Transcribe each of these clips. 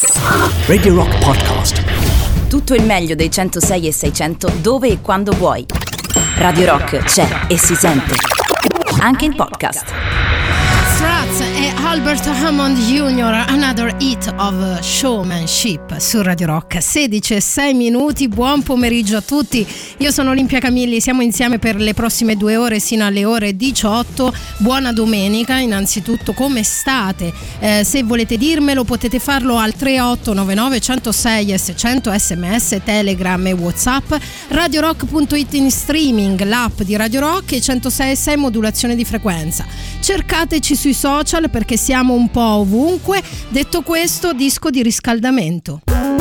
Radio Rock Podcast. Tutto il meglio dei 106 e 600 dove e quando vuoi. Radio Rock c'è e si sente anche in podcast. Struts e Albert Hammond Jr. Another Hit of Showmanship su Radio Rock. 16:06. Buon pomeriggio a tutti. Io sono Olimpia Camilli, siamo insieme per le prossime 2 ore sino alle ore 18. Buona domenica. Innanzitutto, come state? Se volete dirmelo potete farlo al 3899 106 e 600, sms, telegram e whatsapp. radiorock.it in streaming, l'app di Radio Rock e 106.6 modulazione di frequenza. Cercateci sui social perché siamo un po' ovunque. Detto questo, disco di riscaldamento.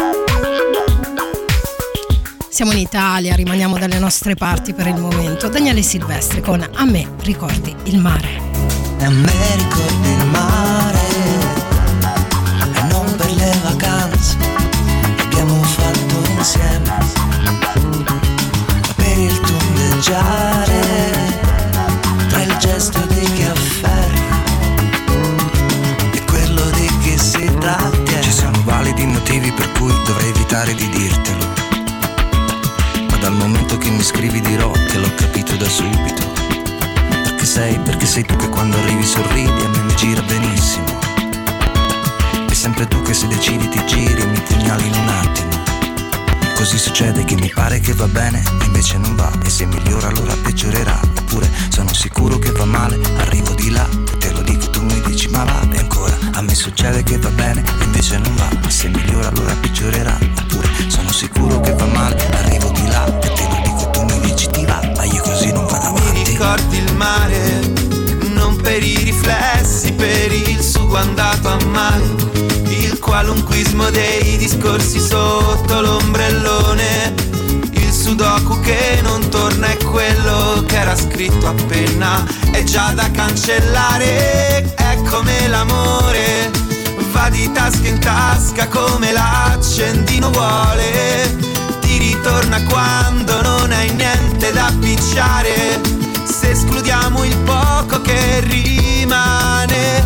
Siamo in Italia, rimaniamo dalle nostre parti per il momento. Daniele Silvestri con A me ricordi il mare. A me ricordi il mare, e non per le vacanze che abbiamo fatto insieme, ma per il tondeggiare tra il gesto di chi afferra e quello di chi si trattiene. Ci sono validi motivi per cui dovrei evitare di dirtelo, ma dal momento che mi scrivi dirò che l'ho capito da subito. Perché sei tu che quando arrivi sorridi, a me mi gira benissimo. È sempre tu che se decidi ti giri e mi pugnali in un attimo. Così succede che mi pare che va bene e invece non va, e se migliora allora peggiorerà. Oppure sono sicuro che va male, arrivo di là e te lo dico, tu mi dici ma va. E ancora a me succede che va bene e invece non va, e se migliora allora peggiorerà. Oppure sono sicuro che va male, arrivo di là e te lo dico, tu mi dici ti va, ma io così non vado avanti. Mi ricordi il mare, non per i riflessi, per il sugo andato a male, il qualunquismo dei discorsi sotto l'ombrellone, il sudoku che non torna è quello che era scritto a penna, è già da cancellare, è come l'amore, va di tasca in tasca come l'accendino vuole, ti ritorna quando non hai niente da appicciare. Se escludiamo il poco che rimane,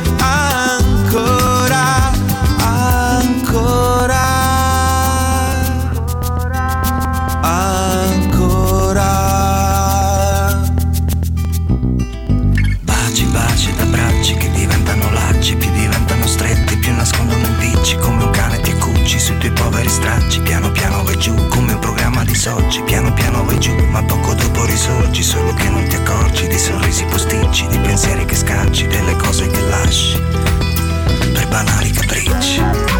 ancora, ancora, ancora. Baci, baci ed abbracci che diventano lacci, più diventano stretti, più nascondono impicci, come un cane ti accucci sui tuoi poveri stracci. Piano piano vai giù come un programma di Soci, piano piano vai giù ma poco dopo risorgi, solo che non ti accorgi dei sorrisi posticci, dei pensieri che scacci, delle cose che lasci per banali capricci.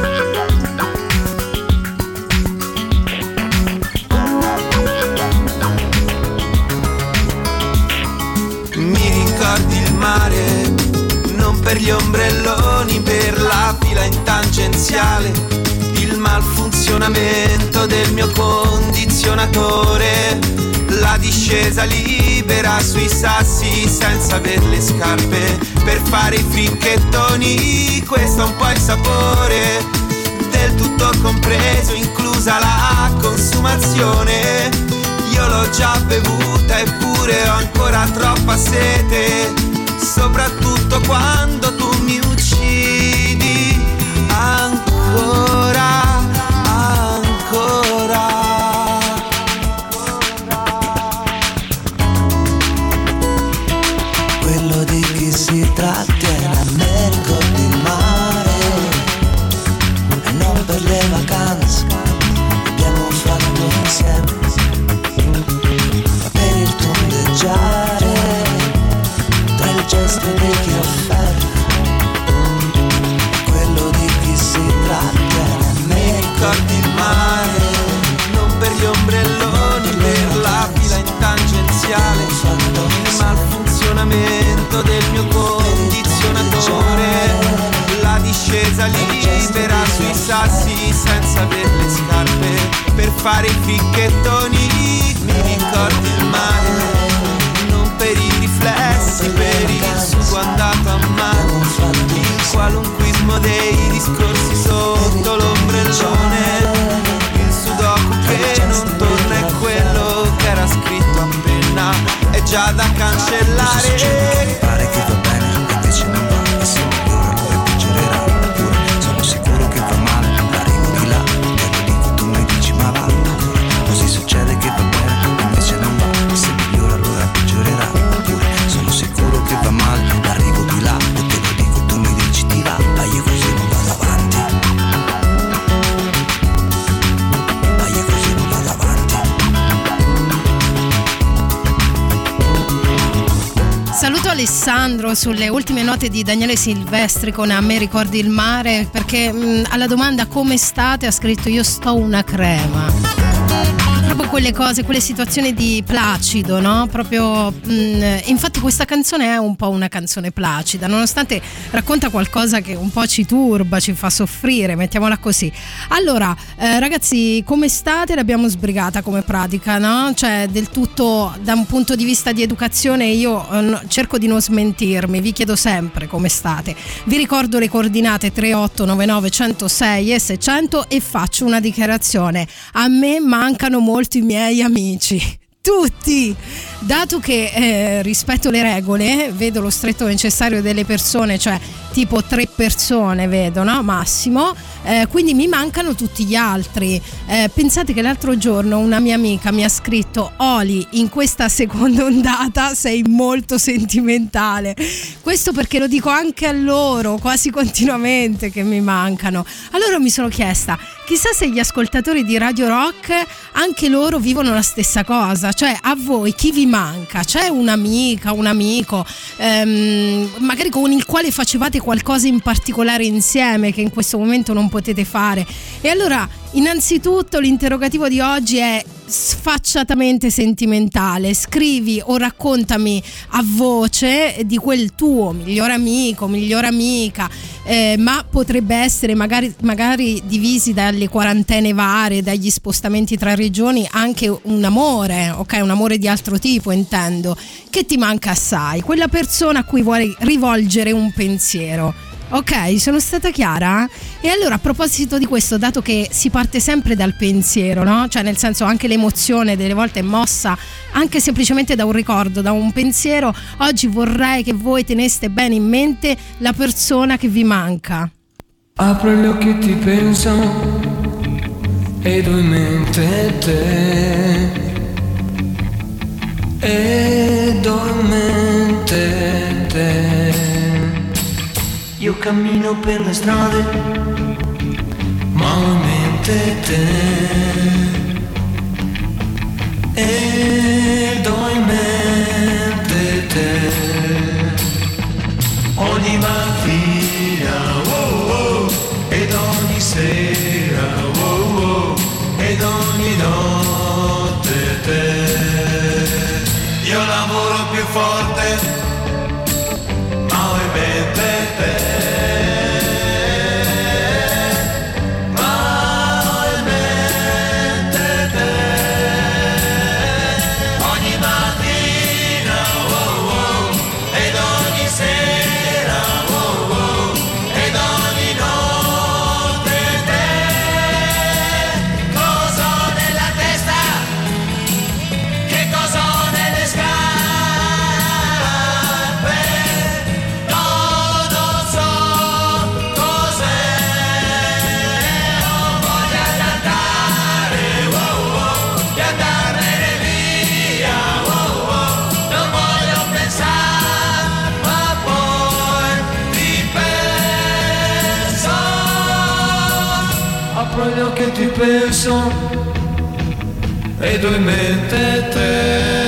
Mi ricordi il mare, non per gli ombrelloni, per la fila in tangenziale, il malfunzionamento del mio condizionatore, la discesa libera sui sassi senza aver le scarpe per fare i fricchettoni. Questo è un po' il sapore del tutto compreso, inclusa la consumazione. Io l'ho già bevuta eppure ho ancora troppa sete, soprattutto quando tu mi uccidi. Ancora, ancora. Quello di chi si trattiene, a me ricordi il mare, e non per le vacanze che abbiamo fatto insieme, ma per il tondeggiare tra il gesto di chi afferra e quello di chi si trattiene. A me ricordi il mare, non per gli ombrelloni, per la fila in tangenziale, il malfunzionamento del mio condizionatore, la discesa libera sui sassi senza aver le scarpe per fare i fricchettoni. Mi ricordi il mare, non per i riflessi, per il sugo andato a mare, il qualunquismo dei discorsi sotto l'ombrellone, il sudoku che non torna è quello che era scritto a penna, è già da cancellare. Mi pare che va bene, invece non va, e se migliora allora peggiorerà. Oppure sono sicuro che va male, Alessandro sulle ultime note di Daniele Silvestri con A me ricordi il mare, perché alla domanda come state ha scritto io sto una crema. Proprio quelle cose, quelle situazioni di placido, no? Proprio infatti questa canzone è un po' una canzone placida, nonostante racconta qualcosa che un po' ci turba, ci fa soffrire, mettiamola così. Allora, ragazzi, come state? L'abbiamo sbrigata come pratica, no? Cioè, del tutto da un punto di vista di educazione io cerco di non smentirmi, vi chiedo sempre come state. Vi ricordo le coordinate 3899 106 e 600 e faccio una dichiarazione. A me mancano molti miei amici, tutti, dato che rispetto le regole vedo lo stretto necessario delle persone, cioè tipo 3 persone vedo, no? Massimo, quindi mi mancano tutti gli altri. Pensate che l'altro giorno una mia amica mi ha scritto: Oli, in questa seconda ondata sei molto sentimentale. Questo perché lo dico anche a loro quasi continuamente che mi mancano. Allora mi sono chiesta, chissà se gli ascoltatori di Radio Rock anche loro vivono la stessa cosa, cioè a voi chi vi manca? C'è un'amica, un amico magari con il quale facevate qualcosa in particolare insieme che in questo momento non potete fare? E allora innanzitutto l'interrogativo di oggi è sfacciatamente sentimentale. Scrivi o raccontami a voce di quel tuo migliore amico, migliore amica, ma potrebbe essere magari divisi dalle quarantene varie, dagli spostamenti tra regioni, anche un amore, ok, un amore di altro tipo intendo, che ti manca assai, quella persona a cui vuoi rivolgere un pensiero. Ok, sono stata chiara? E allora a proposito di questo, dato che si parte sempre dal pensiero, no? Cioè nel senso anche l'emozione delle volte è mossa anche semplicemente da un ricordo, da un pensiero, oggi vorrei che voi teneste bene in mente la persona che vi manca. Apro gli occhi e ti penso ed ho in mente te, ed ho in mente te. Io cammino per le strade, ma ho in mente te, ed ho in mente te. Ogni mattina, oh oh, ed ogni sera, oh oh, ed ogni notte te. Io lavoro più forte, ma ho in mente te. Che ti penso ed ho in mente te.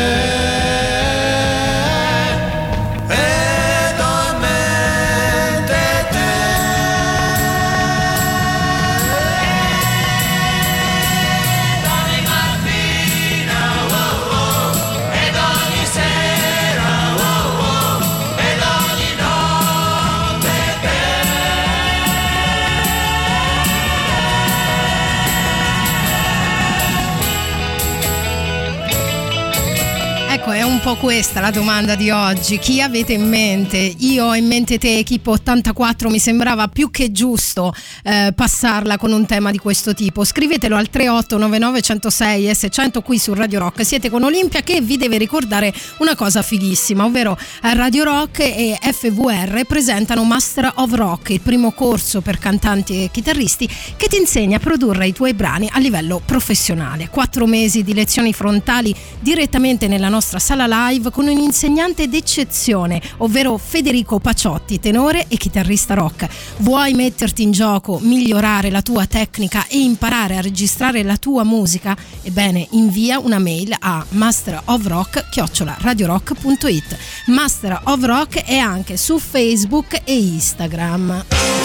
È un po' questa la domanda di oggi. Chi avete in mente? Io ho in mente te, Equipo 84. Mi sembrava più che giusto passarla con un tema di questo tipo. Scrivetelo al 3899 106 e 600 qui su Radio Rock. Siete con Olimpia che vi deve ricordare una cosa fighissima, ovvero Radio Rock e FVR presentano Master of Rock, il primo corso per cantanti e chitarristi che ti insegna a produrre i tuoi brani a livello professionale. 4 mesi di lezioni frontali direttamente nella nostra sala live con un insegnante d'eccezione, ovvero Federico Paciotti, tenore e chitarrista rock. Vuoi metterti in gioco, migliorare la tua tecnica e imparare a registrare la tua musica? Ebbene, invia una mail a masterofrock@radiorock.it. Master of Rock è anche su Facebook e Instagram.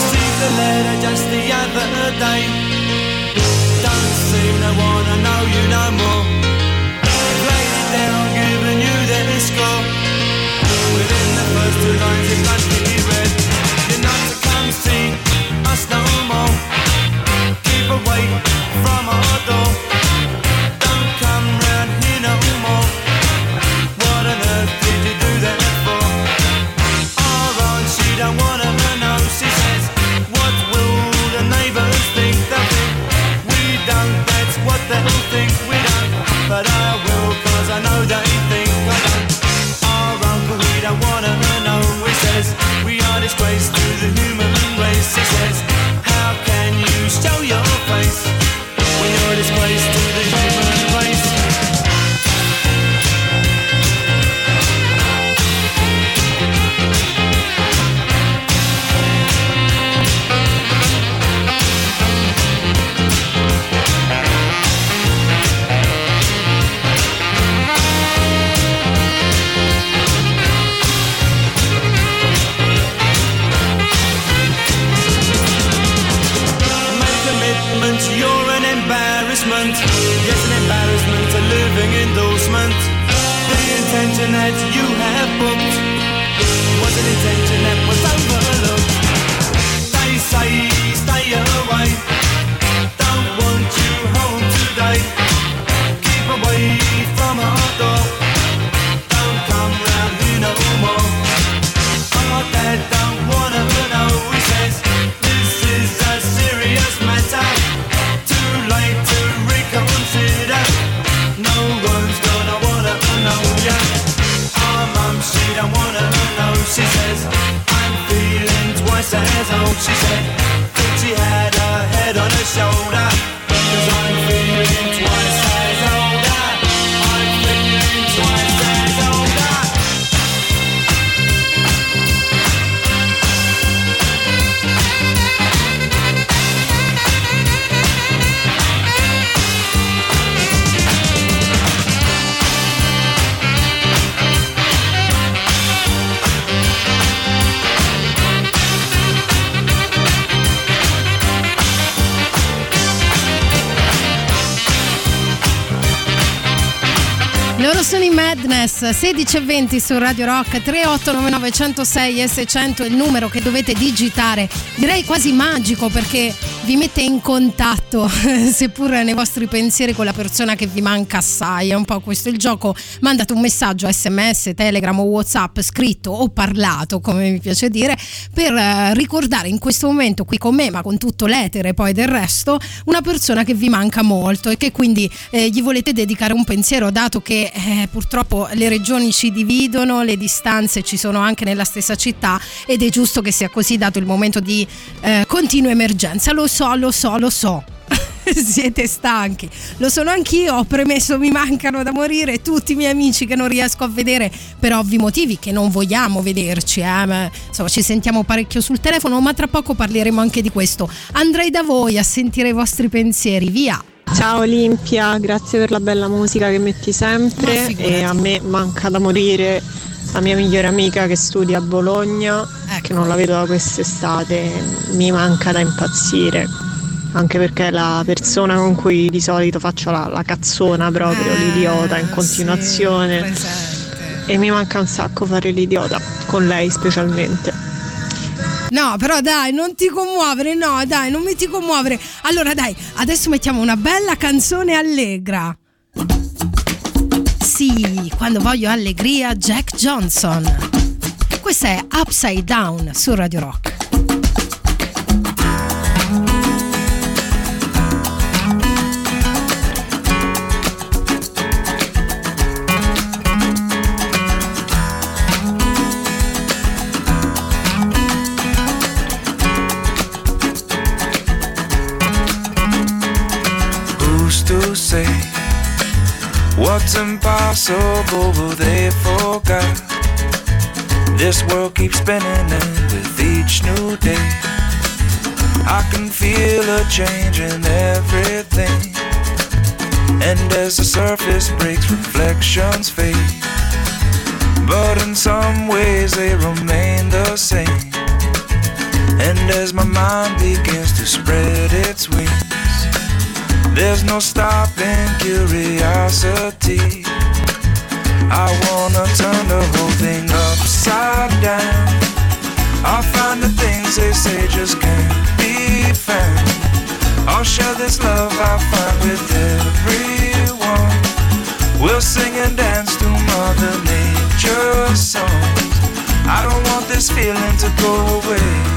But I will, cause I know they think I don't. Our uncle, we don't wanna know. He says, we are disgrace to the human race. He says, how can you show your face when you're a disgrace to the human race? You're an embarrassment, yes, an embarrassment, a living endorsement. The intention that you have booked was an intention that was overlooked. They say stay away, don't want you home today. Keep away from our door, don't come round here no more. Our dad don't wanna know, he says, this is a serious matter. No one's gonna wanna know ya. Our mum, she don't wanna know. She says, I'm feeling twice as old. She said, thought she had her head on her shoulder. Cause I'm feeling twice as older. I'm feeling twice as older. Loro sono i Madness, 16:20 su Radio Rock. 3899 106 e 600 è il numero che dovete digitare, direi quasi magico, perché vi mette in contatto seppur nei vostri pensieri con la persona che vi manca assai. È un po' questo il gioco. Mandate un messaggio SMS, Telegram o WhatsApp, scritto o parlato, come mi piace dire, per ricordare in questo momento qui con me, ma con tutto l'etere poi del resto, una persona che vi manca molto e che quindi gli volete dedicare un pensiero, dato che purtroppo le regioni ci dividono, le distanze ci sono anche nella stessa città, ed è giusto che sia così dato il momento di continua emergenza. Lo so. Siete stanchi, lo sono anch'io, ho premesso, mi mancano da morire tutti i miei amici che non riesco a vedere per ovvi motivi, che non vogliamo vederci, ma insomma ci sentiamo parecchio sul telefono, ma tra poco parleremo anche di questo. Andrei da voi a sentire i vostri pensieri, via. Ciao Olimpia, grazie per la bella musica che metti sempre, e a me manca da morire la mia migliore amica che studia a Bologna, che non la vedo da quest'estate, mi manca da impazzire, anche perché è la persona con cui di solito faccio la cazzona proprio, l'idiota in continuazione, e mi manca un sacco fare l'idiota, con lei specialmente. No, però dai, non ti commuovere, no, dai, non mi ti commuovere. Allora dai, adesso mettiamo una bella canzone allegra. Sì, quando voglio allegria, Jack Johnson. Questa è Upside Down su Radio Rock. Say What's impossible, well, they forgot. This world keeps spinning, and with each new day I can feel a change in everything. And as the surface breaks, reflections fade, but in some ways they remain the same. And as my mind begins to spread its wings, there's no stopping curiosity. I wanna turn the whole thing upside down. I'll find the things they say just can't be found. I'll share this love I find with everyone. We'll sing and dance to Mother Nature's songs. I don't want this feeling to go away.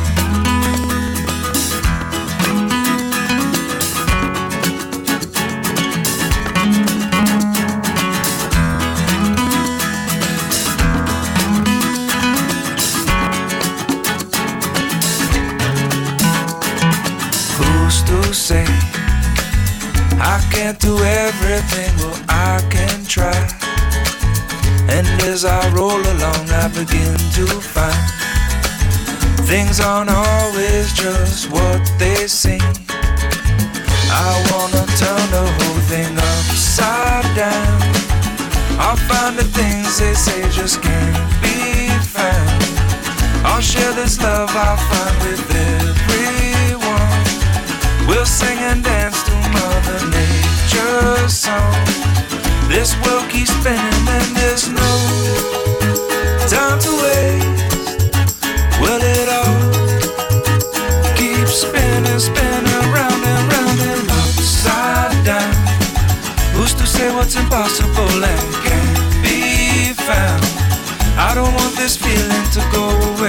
Say I can't do everything, well I can try. And as I roll along I begin to find things aren't always just what they seem. I wanna turn the whole thing upside down. I'll find the things they say just can't be found. I'll share this love I find with everyone. We'll sing and dance to Mother Nature's song. This world keeps spinning and there's no time to waste. Well, it all keeps spinning, spinning round and round and upside down. Who's to say what's impossible and can't be found? I don't want this feeling to go away.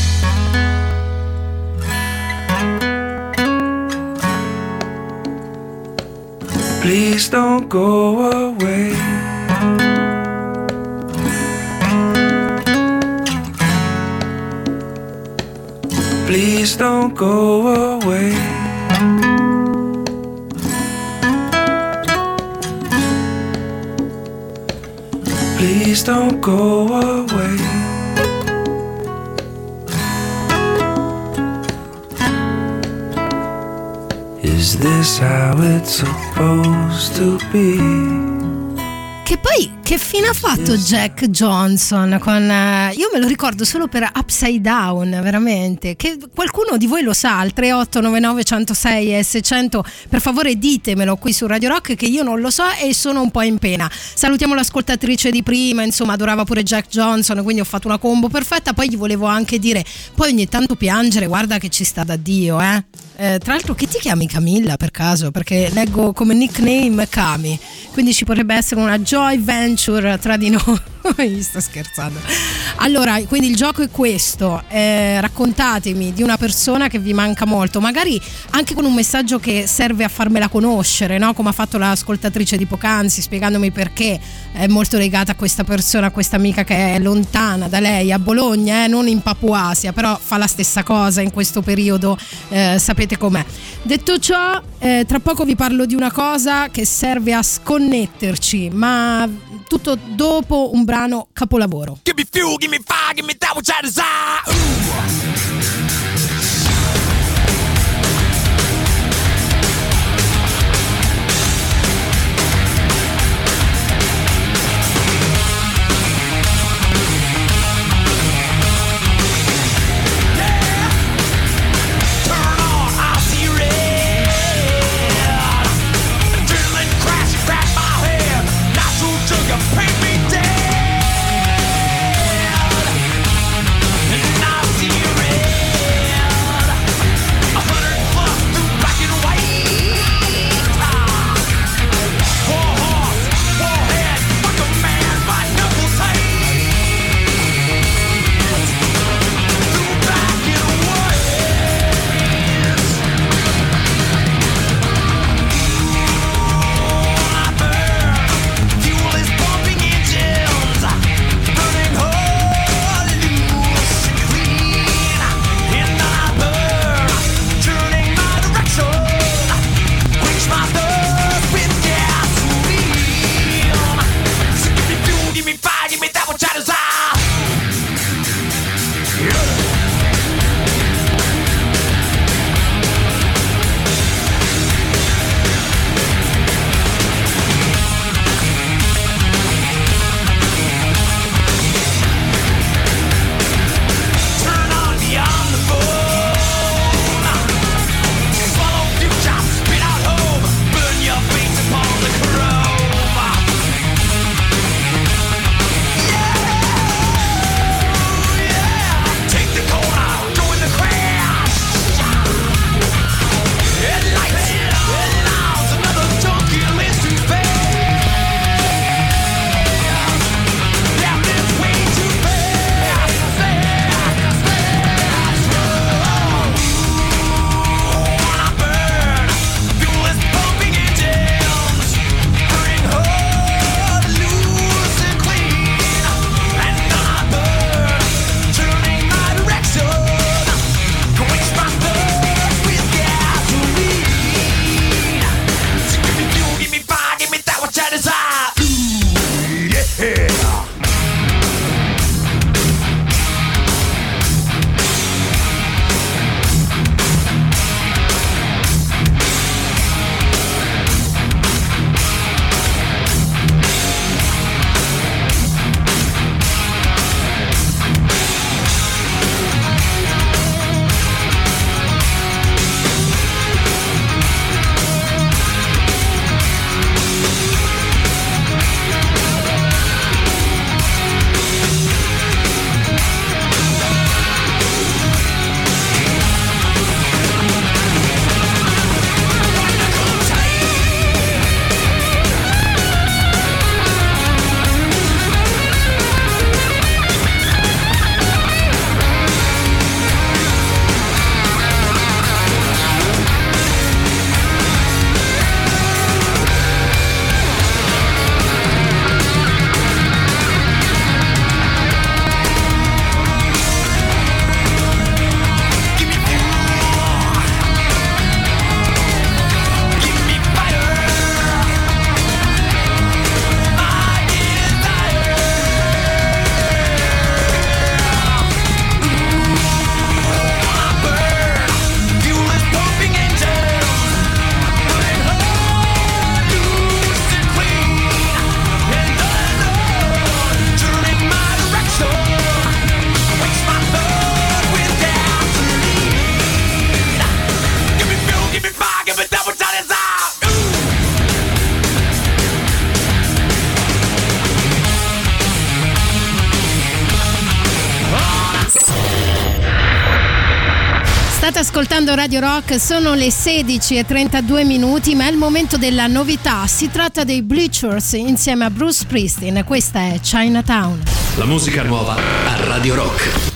Please don't go away. Please don't go away. Please don't go away. Is this how it's supposed to be? Che poi che fine ha fatto Jack Johnson con io me lo ricordo solo per Upside Down, veramente, che qualcuno di voi lo sa, al 3899 106 e 600, per favore ditemelo qui su Radio Rock che io non lo so e sono un po' in pena. Salutiamo l'ascoltatrice di prima, insomma adorava pure Jack Johnson, quindi ho fatto una combo perfetta. Poi gli volevo anche dire, poi ogni tanto piangere, guarda che ci sta da Dio, tra l'altro che ti chiami Camilla per caso? Perché leggo come nickname Cami, quindi ci potrebbe essere una joy venture tra di noi. Sto scherzando. Allora, quindi il gioco è questo, raccontatemi di una persona che vi manca molto, magari anche con un messaggio che serve a farmela conoscere, no? Come ha fatto l'ascoltatrice di poc'anzi, spiegandomi perché è molto legata a questa persona, a questa amica che è lontana da lei, a Bologna, non in Papuasia, però fa la stessa cosa in questo periodo, sapete com'è. Detto ciò, tra poco vi parlo di una cosa che serve a sconnetterci, ma tutto dopo un brano capolavoro. Give me fuel, give me fire, give me that which I desire. Paint me dead, and I see red. ascoltando Radio Rock, sono le 16:32, ma è il momento della novità. Si tratta dei Bleachers insieme a Bruce Springsteen. Questa è Chinatown. La musica nuova a Radio Rock.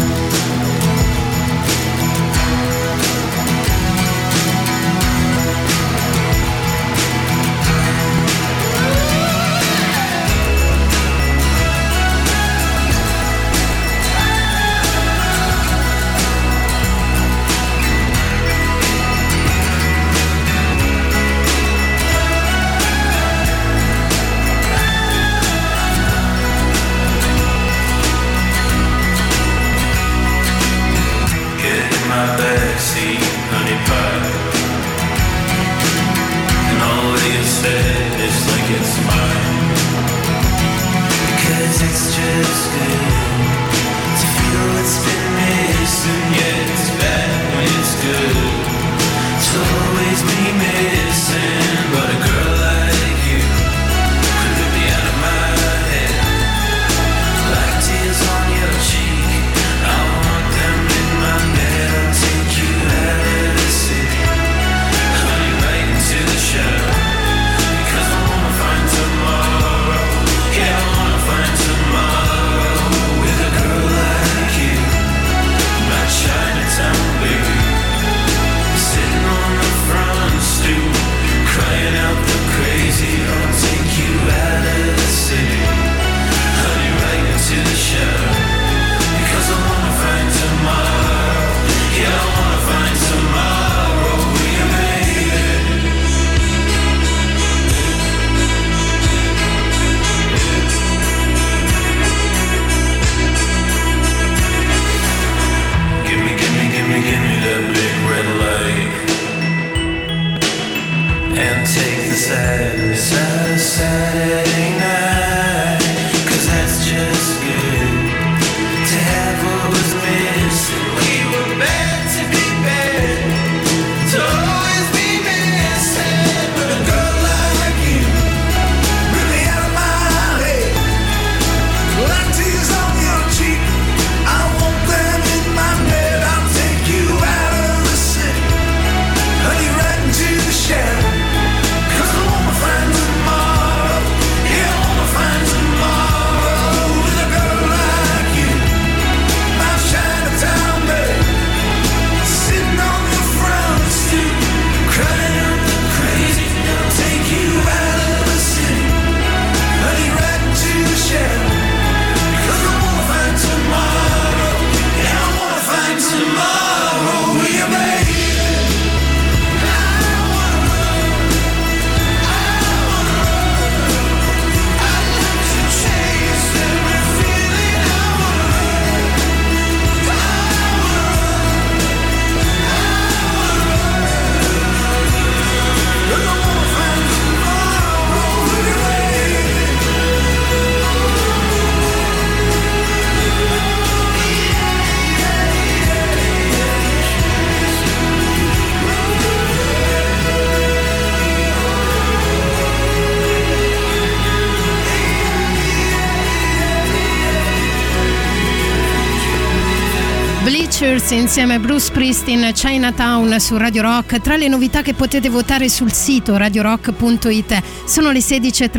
Insieme a Bruce Springsteen, Chinatown su Radio Rock. Tra le novità che potete votare sul sito radiorock.it. Sono le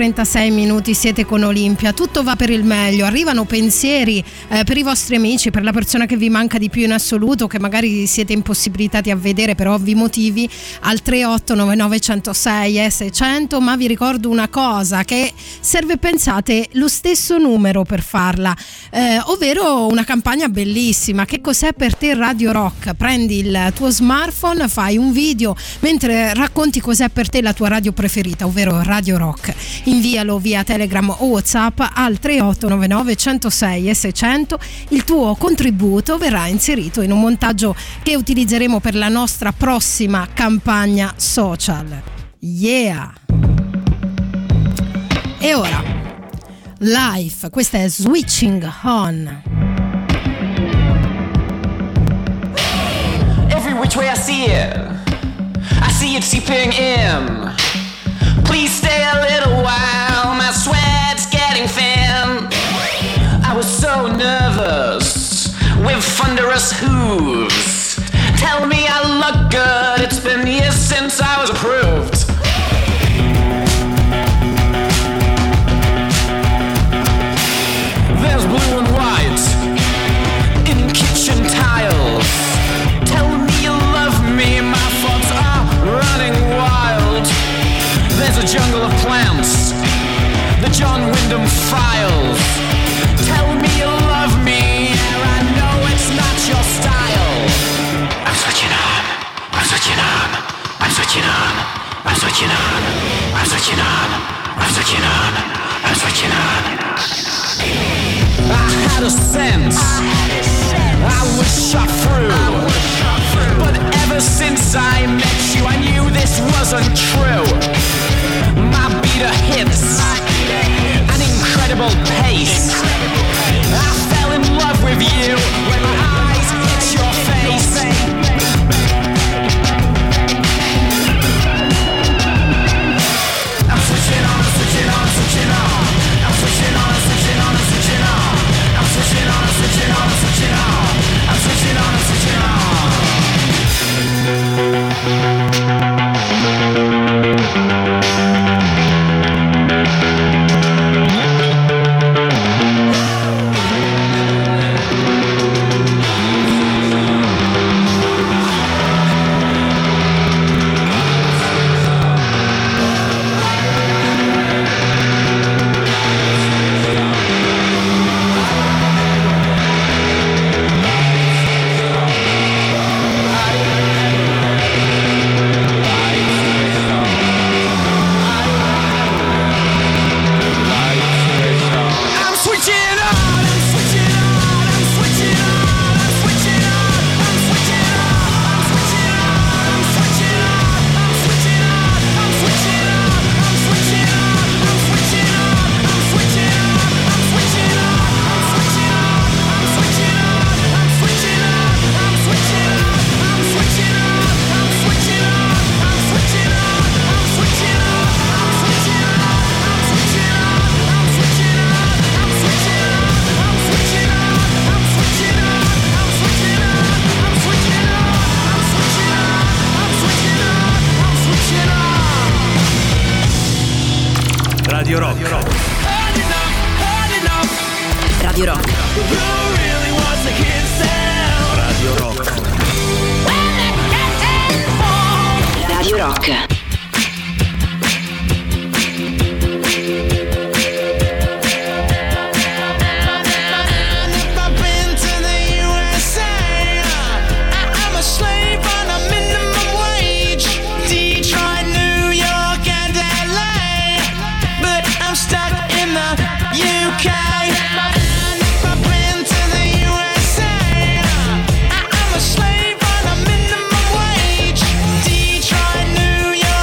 16:36, siete con Olimpia. Tutto va per il meglio, arrivano pensieri per i vostri amici, per la persona che vi manca di più in assoluto, che magari siete impossibilitati a vedere per ovvi motivi, al 3899 106 600. Ma vi ricordo una cosa, che serve, pensate, lo stesso numero per farla, ovvero una campagna bellissima. Che cos'è per te Radio Rock? Prendi il tuo smartphone, fai un video mentre racconti cos'è per te la tua radio preferita, ovvero Radio Rock. Invialo via Telegram o WhatsApp al 3899 106 600. Il tuo contributo verrà inserito in un montaggio che utilizzeremo per la nostra prossima campagna social. Yeah! E ora Life, questa è Switching On. Every which way I see it seeping in. Please stay a little while, my sweat's getting thin. I was so nervous with thunderous hooves. Tell me good. It's been years since I was approved. There's blue and white in kitchen tiles. Tell me you love me, my thoughts are running wild. There's a jungle of plants, the John Wyndham Files. Tell me you love me, I know it's not your style. I'm switching on, I'm switching on, I'm switching on, I'm switching on, I'm switching on, I'm switching on, I'm switching on. I had a sense, I was shot through, but ever since I met you, I knew this wasn't true. My beater hits an incredible pace. I fell in love with you when my eyes hit your face. I'm switching on, I'm switching on, I'm switching on. I'm switching on, I'm switching on, I'm switching on. I'm switching on, I'm switching on, I'm switching on. I'm switching on, I'm switching Radio Rock. Radio Rock. Radio Rock. Radio Rock. I'm a slave on a minimum wage. Detroit, New York.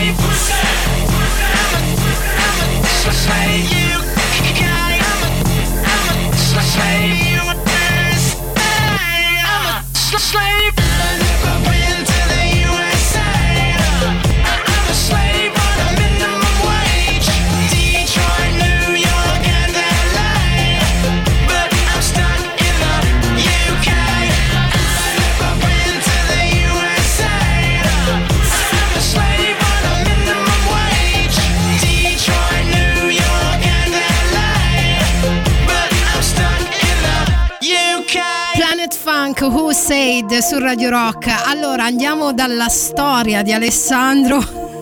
slave. I'm a slave. You got it. I'm a slave. I'm a slave. I've never been to the USA. I'm a slave on a minimum wage. Detroit, New York, and LA. But I'm stuck in the UK. I've never been to the USA. I'm a slave on a minimum wage. Detroit, New York, and LA. But I'm stuck in the UK. Planet Funk, Who Said su Radio Rock. Allora andiamo dalla storia di Alessandro.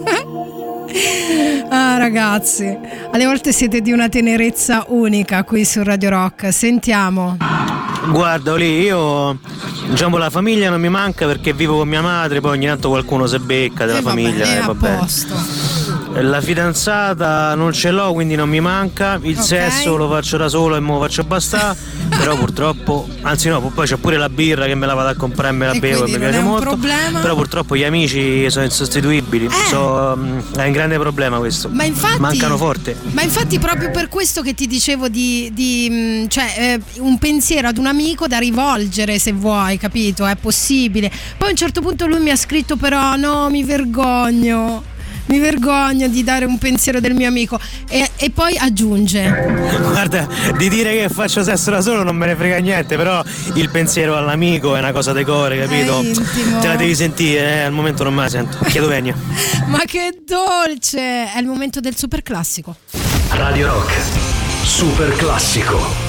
Ah ragazzi, alle volte siete di una tenerezza unica qui su Radio Rock. Sentiamo. Guarda lì, io diciamo la famiglia non mi manca perché vivo con mia madre, poi ogni tanto qualcuno si becca della famiglia, a posto. La fidanzata non ce l'ho, quindi non mi manca. Il sesso lo faccio da solo e me lo faccio bastare. Però purtroppo, anzi no, poi c'è pure la birra che me la vado a comprare e me la bevo e mi piace molto. Problema. Però purtroppo gli amici sono insostituibili. È un grande problema questo. Ma infatti, mancano forte. Ma infatti proprio per questo che ti dicevo cioè un pensiero ad un amico da rivolgere se vuoi, capito? È possibile. Poi a un certo punto lui mi ha scritto però no, mi vergogno di dare un pensiero del mio amico e poi aggiunge: guarda, di dire che faccio sesso da solo non me ne frega niente, però il pensiero all'amico è una cosa decore, capito? Te la devi sentire, al momento non me la sento. Chiedo venia. Ma che dolce! È il momento del super classico. Radio Rock Super Classico.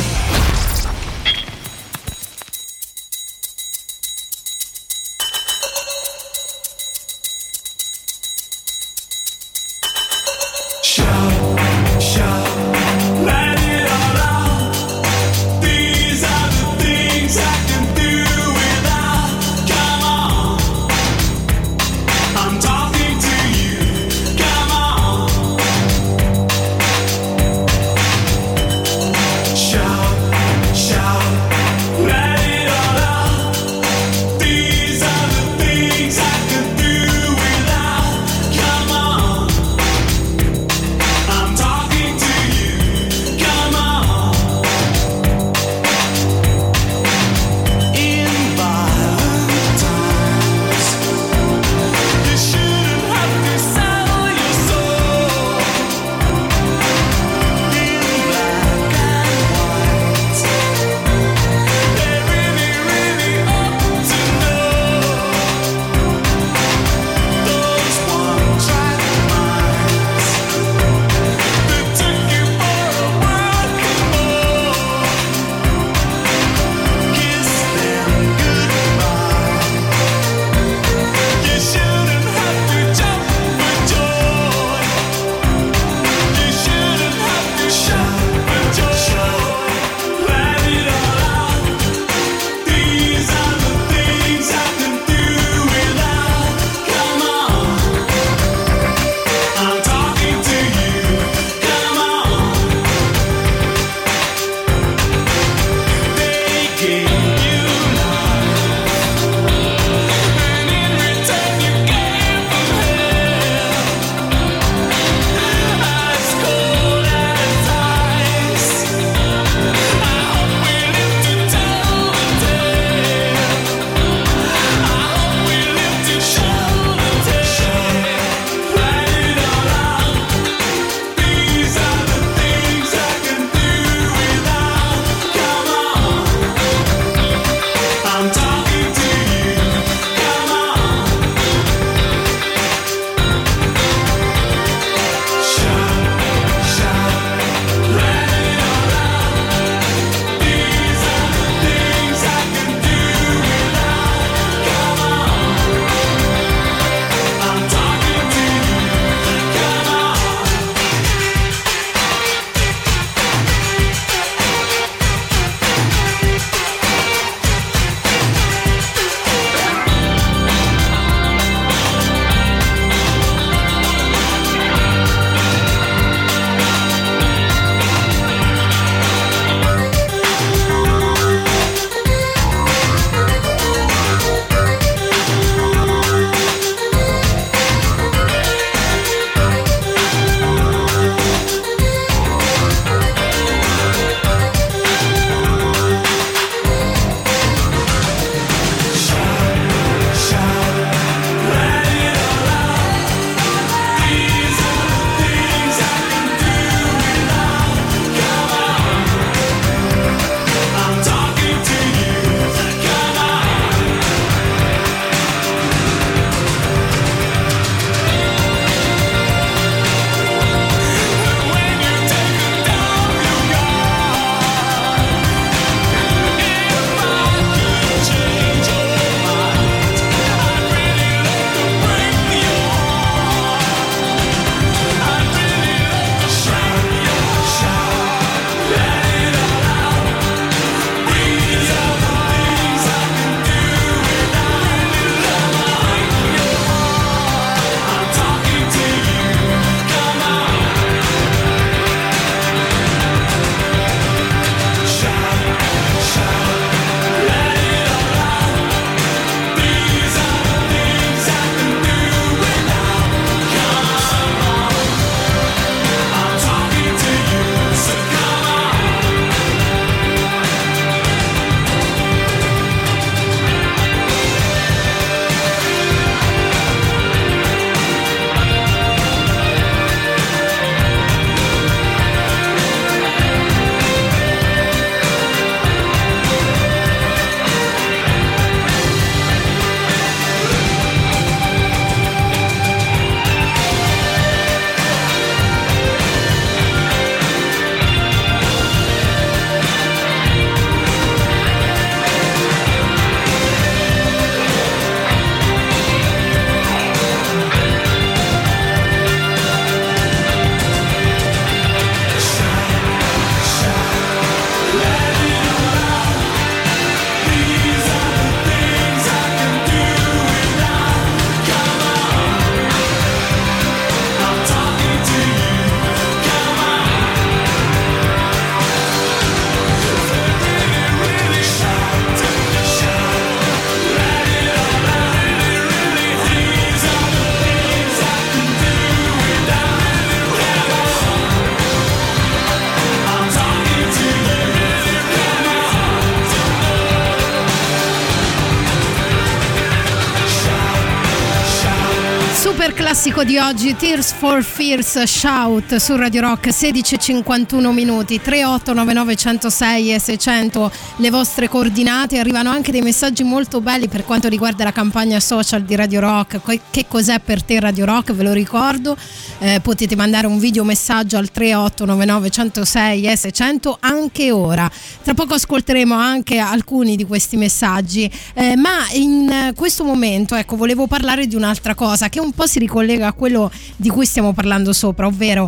I'm talking to super classico di oggi, Tears for Fears, Shout su Radio Rock. 16:51 minuti, 3899 106 e 600 le vostre coordinate. Arrivano anche dei messaggi molto belli per quanto riguarda la campagna social di Radio Rock. Che cos'è per te Radio Rock? Ve lo ricordo, potete mandare un video messaggio al 3899 106 e 600 anche ora. Tra poco ascolteremo anche alcuni di questi messaggi, ma in questo momento, ecco, volevo parlare di un'altra cosa che un po' si ricollega a quello di cui stiamo parlando sopra, ovvero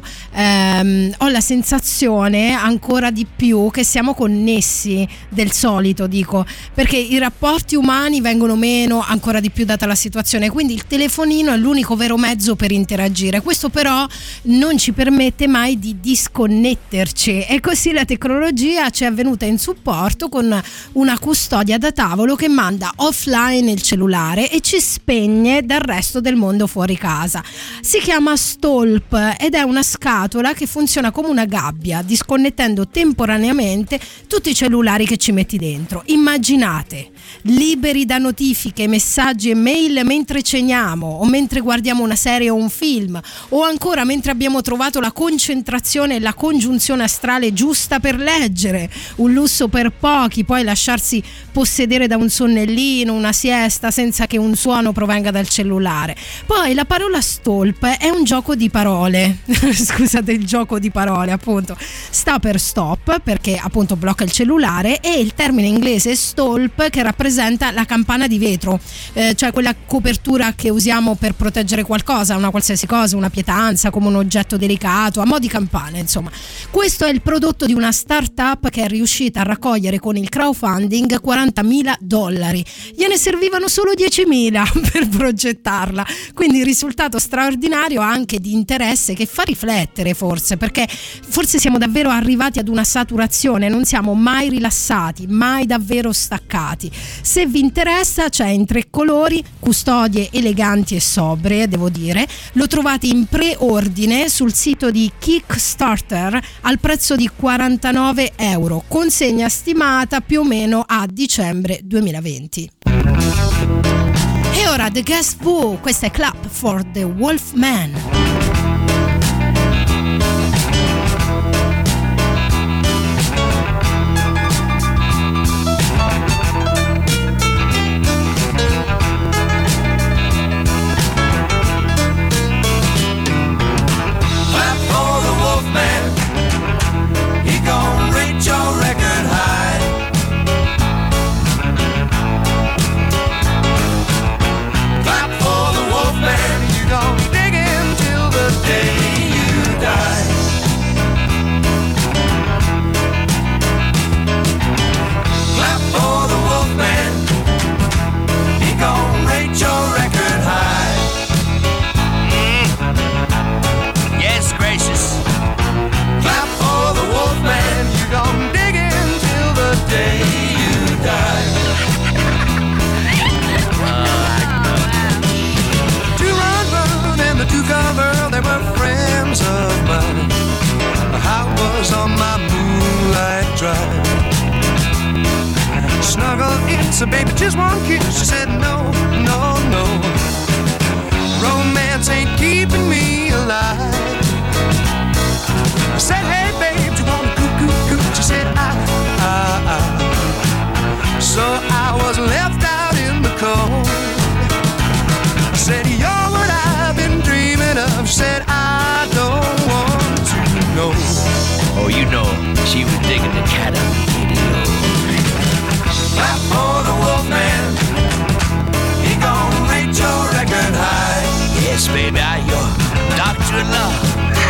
ho la sensazione ancora di più che siamo connessi del solito, dico, perché i rapporti umani vengono meno ancora di più data la situazione, quindi il telefonino è l'unico vero mezzo per interagire. Questo però non ci permette mai di disconnetterci, e così la tecnologia ci è venuta in supporto con una custodia da tavolo che manda offline il cellulare e ci spegne dal resto del mondo fuori casa. Si chiama Stolp ed è una scatola che funziona come una gabbia, disconnettendo temporaneamente tutti i cellulari che ci metti dentro. Immaginate, liberi da notifiche, messaggi e mail mentre ceniamo, o mentre guardiamo una serie o un film, o ancora mentre abbiamo trovato la concentrazione e la congiunzione astrale giusta per leggere. Un lusso per pochi, poi lasciarsi possedere da un sonnellino, una siesta senza che un suono provenga dal cellulare. Poi la parola stolp è un gioco di parole scusate, il gioco di parole appunto sta per stop, perché appunto blocca il cellulare, e il termine inglese stolp che rappresenta la campana di vetro, cioè quella copertura che usiamo per proteggere qualcosa, una qualsiasi cosa, una pietanza, come un oggetto delicato, a mo' di campana, insomma. Questo è il prodotto di una startup che è riuscita a raccogliere con il crowdfunding $40.000. Gliene servivano solo 10.000 per progettarla, quindi risultato straordinario, anche di interesse che fa riflettere, forse, perché forse siamo davvero arrivati ad una saturazione, non siamo mai rilassati, mai davvero staccati. Se vi interessa, c'è in 3 colori, custodie eleganti e sobrie, devo dire. Lo trovate in preordine sul sito di Kickstarter al prezzo di €49, consegna stimata più o meno a dicembre 2020. E ora The Guess Who, questa è Clap for the Wolfman. On my moonlight drive, snuggle in, so baby, just one kiss. She said no, no, no, romance ain't keeping me alive. I said, hey babe, do you wanna coo-coo-coo? She said, so I was left out in the cold. I said, you're what I've been dreaming of. She said, I don't want to know. Oh, you know, she was digging the cat on the video. Clap for the Wolfman, he gon' rate your record high. Yes, baby, I'm your doctor in love.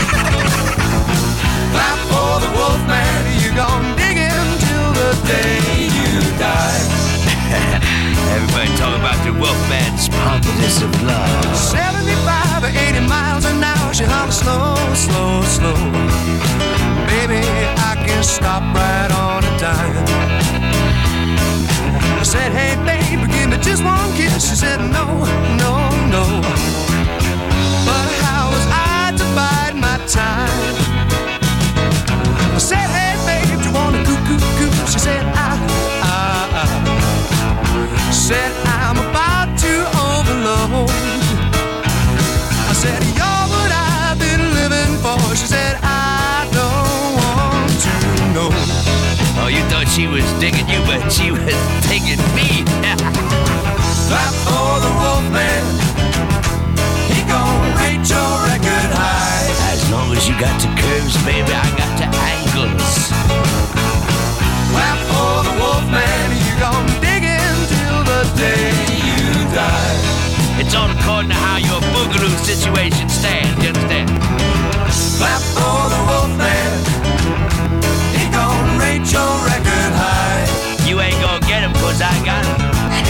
Clap for the Wolfman, you gon' dig him till the day you die. Everybody talking about the Wolfman's pompous of love. 75 or 80 miles an hour, she hollers slow, slow, slow. Baby, I can stop right on a dime. I said, hey baby, give me just one kiss. She said, no, no, no. But how was I to bide my time? I said, hey babe, do you wanna coo-coo-coo? She said, said, I'm about to overload. said, you're what I've been living for. She said, I don't want to know. Oh, you thought she was digging you, but she was digging me. Clap for the Wolfman. He gon' rate your record high. As long as you got the curves, baby, I got the angles. Clap for the Wolfman. You gon' dig in till the day you die. It's all according to how your boogaloo situation stands, you understand? Clap for the Wolfman. He gon' rate your record high. You ain't gonna get him, cause I got him.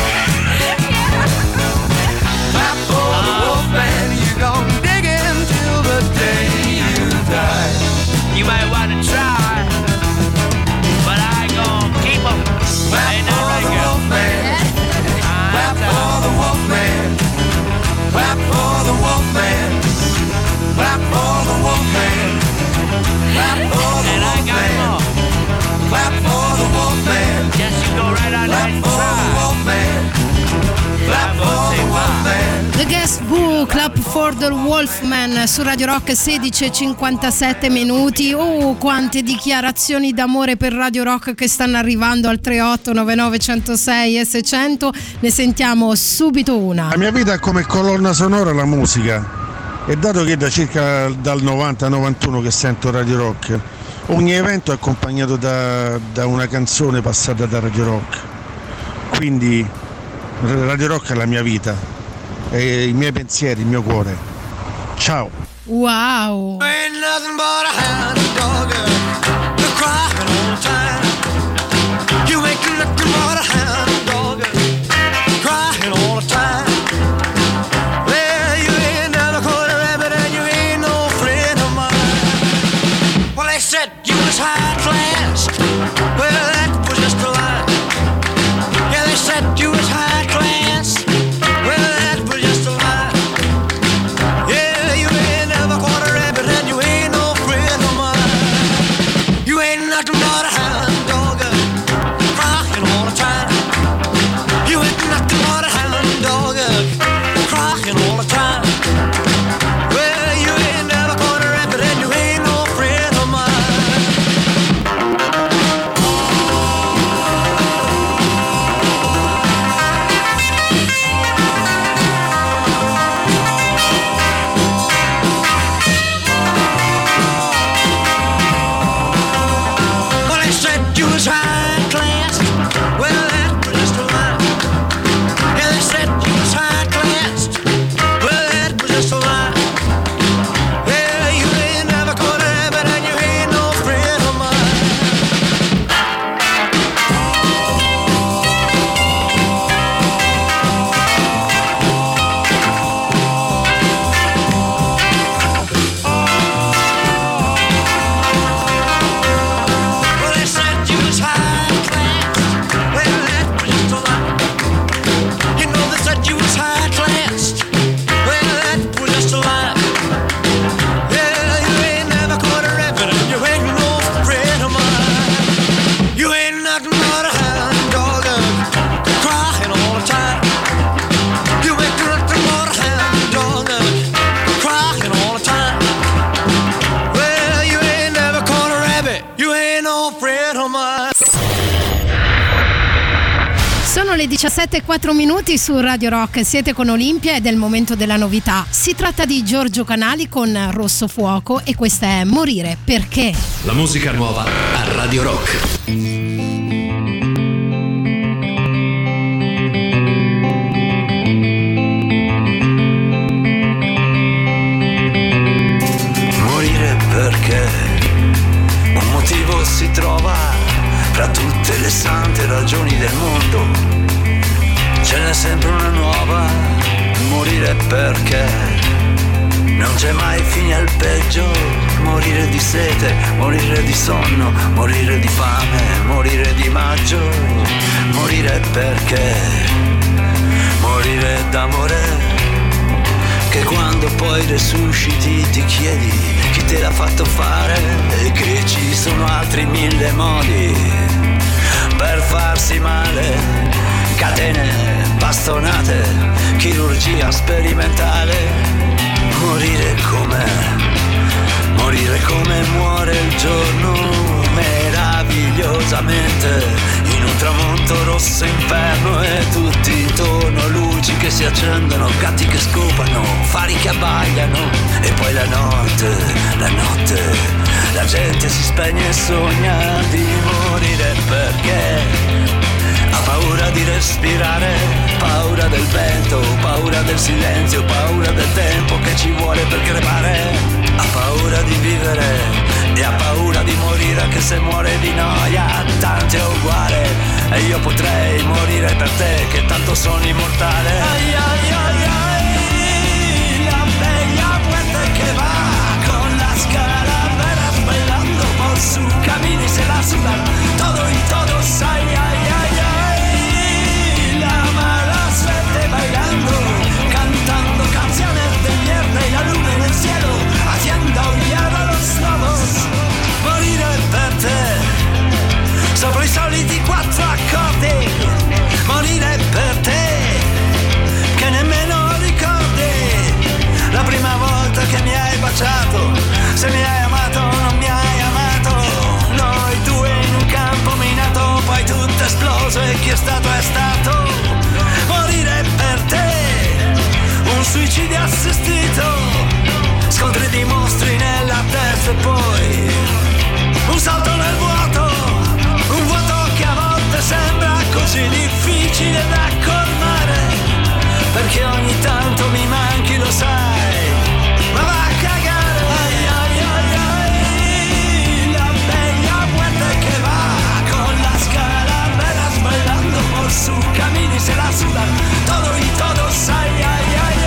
Clap for the Wolfman. You gon' dig in till the day you die. You might wanna try, but I ain't gonna keep him. Clap ain't that for right, the girl? Wolfman. Clap for the Wolfman. Clap for the Wolfman. Clap for the Wolfman. Clap for the And I got Wolfman. more. Clap for the Wolfman. Yes, you go right on Clap ahead and for the try. Wolfman. Clap for the Wolfman. The Guess Who, Clap for the Wolfman su Radio Rock, 16:57 minuti. Oh, quante dichiarazioni d'amore per Radio Rock che stanno arrivando al 3899 106 e 600. Ne sentiamo subito una. La mia vita è come colonna sonora la musica, e dato che da circa dal 90-91 che sento Radio Rock, ogni evento è accompagnato da una canzone passata da Radio Rock, quindi Radio Rock è la mia vita, è i miei pensieri, il mio cuore. Ciao. Wow. Ain't nothing but a hound dog, you're crying all the time. You ain't nothing but a hound dog, crying all the time. Well, you ain't never caught a rabbit and you ain't no friend of mine. Well, they said you was high class. Well, that was just a lie. Yeah, they said you was high class. Well, that was just a lie. Yeah, you ain't never caught a rabbit and you ain't no friend of mine. You ain't nothing but a hound dog, crying all the time. You ain't nothing but a hound dog, crying all the time. Well, you ain't never caught a rabbit and you ain't no friend of mine. Well, they said you was high class. Well, that was just a lie. Yeah, they said you was high class. Well, that was just a lie. Yeah, you ain't never caught a rabbit and you ain't no friend of mine. Well, they said you was high class. Well, that was just a lie. You know they said you was high class. Well, that was just a lie. Yeah, you ain't never caught a rabbit and you ain't no friend of mine. You ain't nothing but a hound dog, crying all the time. You ain't nothing but a hound dog, crying all the time. Well, you ain't never caught a rabbit, you ain't no friend of mine. Sono le 17:04 minuti su Radio Rock, siete con Olimpia ed è il momento della novità. Si tratta di Giorgio Canali con Rosso Fuoco e questa è Morire perché. La musica nuova a Radio Rock. Morire perché un motivo si trova fra tutte le sante ragioni del mondo. Ce n'è sempre una nuova. Morire perché non c'è mai fine al peggio. Morire di sete, morire di sonno, morire di fame, morire di maggio. Morire perché morire d'amore, che quando poi resusciti ti chiedi chi te l'ha fatto fare e che ci sono altri 1000 modi per farsi male. Catene, bastonate, chirurgia sperimentale. Morire giorno meravigliosamente in un tramonto rosso inferno e tutti intorno luci che si accendono, gatti che scopano, fari che abbaiano e poi la notte, la gente si spegne e sogna di morire perché ha paura di respirare, paura del vento, paura del silenzio, paura del tempo che ci vuole per crepare, ha paura di vivere e ha paura di morire anche se muore di noia, tanto è uguale e io potrei morire per te che tanto sono immortale. Ai ai ai ai, la bella puerta che va con la scalavera bailando por su camino y se la sudan todo y todos, ay ay ay ay, la mala suerte bailando, cantando canciones de mierda y la luna en el cielo haciendo aullar a los lobos. Morire per te sopra i soliti 4 accordi, morire per te che nemmeno ricordi la prima volta che mi hai baciato, se mi hai amato o non mi hai amato, noi due in un campo minato, poi tutto esploso e chi è stato è stato. Morire per te, un suicidio assistito, scontri di mostri nella testa e poi un salto nel vuoto, un vuoto che a volte sembra così difficile da colmare, perché ogni tanto mi manchi, lo sai, ma va a cagare. Ai ai ai ai, la bella puerta che va con la scalavera bailando por su camino y se la sudan todo y todos, ay ay ay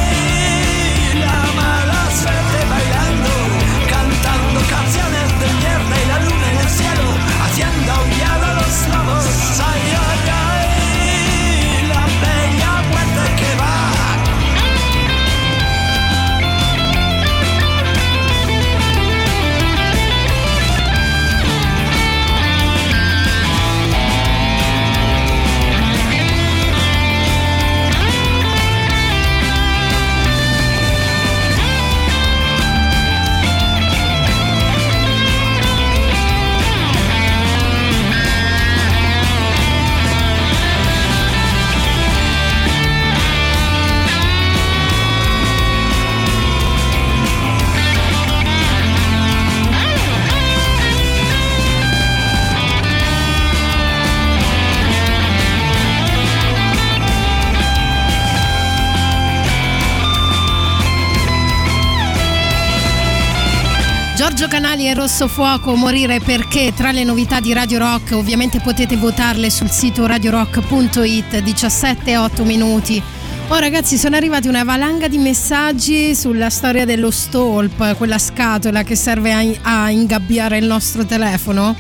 ay, la mala suerte bailando, cantando canciones de mierda y la luna en el cielo haciendo aullar a los lobos, ay ay ay, la bella puerta que va. Giorgio Canali e Rosso Fuoco, Morire perché, tra le novità di Radio Rock. Ovviamente potete votarle sul sito radiorock.it. 17:08 minuti. Oh ragazzi, sono arrivati una valanga di messaggi sulla storia dello stolp, quella scatola che serve a ingabbiare il nostro telefono.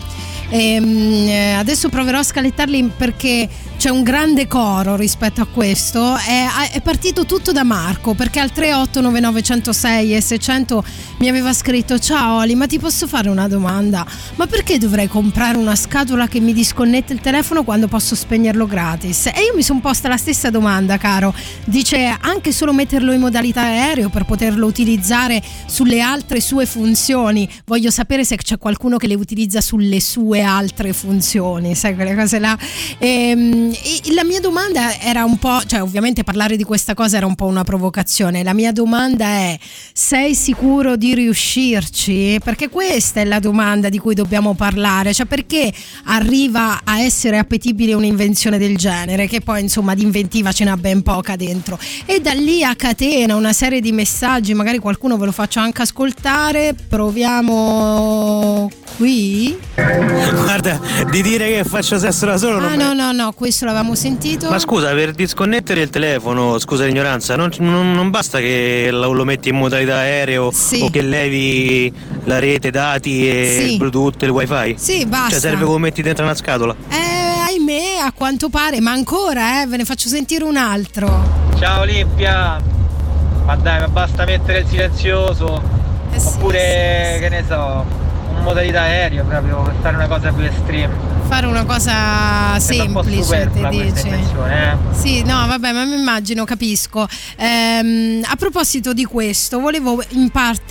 Adesso proverò a scalettarli perché c'è un grande coro rispetto a questo. È partito tutto da Marco, perché al 3899 106 e 600 mi aveva scritto: ciao Ali, ma ti posso fare una domanda? Ma perché dovrei comprare una scatola che mi disconnette il telefono quando posso spegnerlo gratis? E io mi sono posta la stessa domanda, caro. Dice anche solo metterlo in modalità aereo per poterlo utilizzare sulle altre sue funzioni. Voglio sapere se c'è qualcuno che le utilizza sulle sue altre funzioni, sai, quelle cose là. E la mia domanda era un po', cioè ovviamente parlare di questa cosa era un po' una provocazione. La mia domanda è: sei sicuro di riuscirci? Perché questa è la domanda di cui dobbiamo parlare, cioè perché arriva a essere appetibile un'invenzione del genere, che poi insomma di inventiva ce n'ha ben poca dentro, e da lì a catena una serie di messaggi, magari qualcuno ve lo faccio anche ascoltare. Proviamo qui. Guarda, di dire che faccio sesso da solo no, questo l'avevamo sentito. Ma scusa, per disconnettere il telefono, scusa l'ignoranza, non basta che lo metti in modalità aereo, sì, o che levi la rete, dati e sì, il Bluetooth e il wifi? Sì, basta. Cioè serve che lo metti dentro una scatola? Ahimè, a quanto pare, ma ancora, ve ne faccio sentire un altro. Ciao Olimpia, ma dai, ma basta mettere il silenzioso, oppure che ne so, in modalità aereo proprio, per fare una cosa più estrema. Fare una cosa semplice, ti dici? Sì, no, vabbè, ma mi immagino, capisco. A proposito di questo, volevo in parte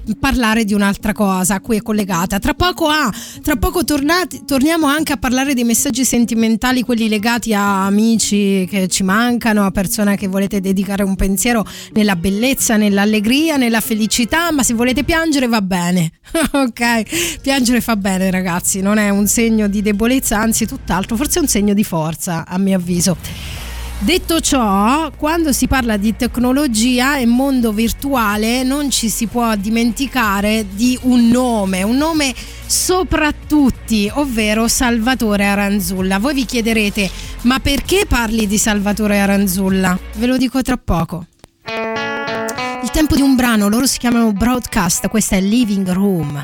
parlare di un'altra cosa a cui è collegata. Tra poco torniamo anche a parlare dei messaggi sentimentali, quelli legati a amici che ci mancano, a persone che volete dedicare un pensiero nella bellezza, nell'allegria, nella felicità, ma se volete piangere va bene. Ok, piangere fa bene, ragazzi, non è un segno di debolezza, anzi tutt'altro, forse è un segno di forza, a mio avviso. Detto ciò, quando si parla di tecnologia e mondo virtuale non ci si può dimenticare di un nome sopra tutti, ovvero Salvatore Aranzulla. Voi vi chiederete: ma perché parli di Salvatore Aranzulla? Ve lo dico tra poco. Il tempo di un brano, loro si chiamano Broadcast, questa è Living Room.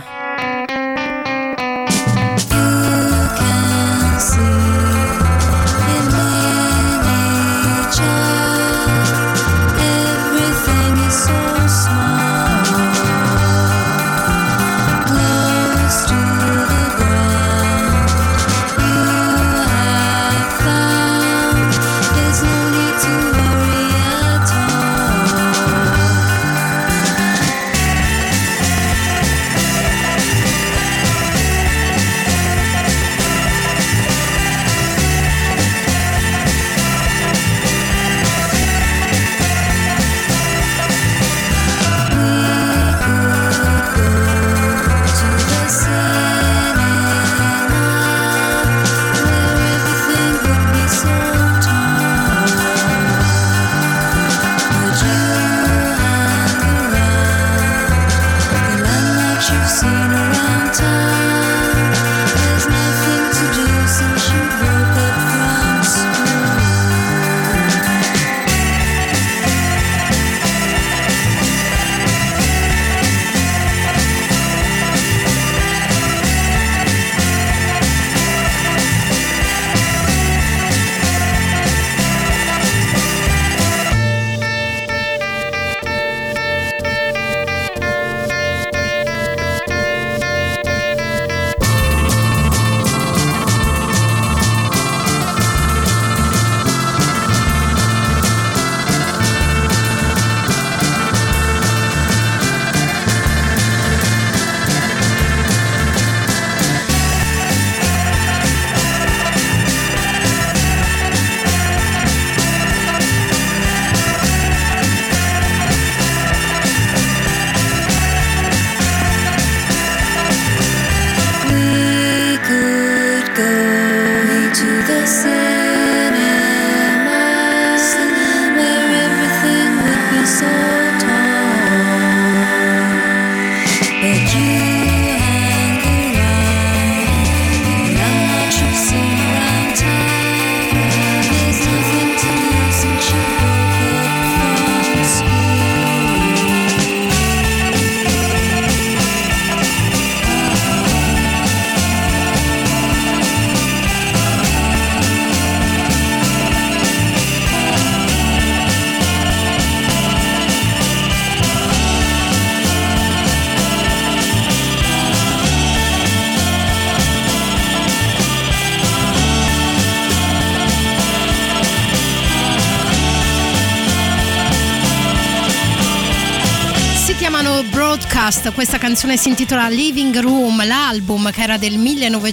Questa canzone si intitola Living Room, l'album che era del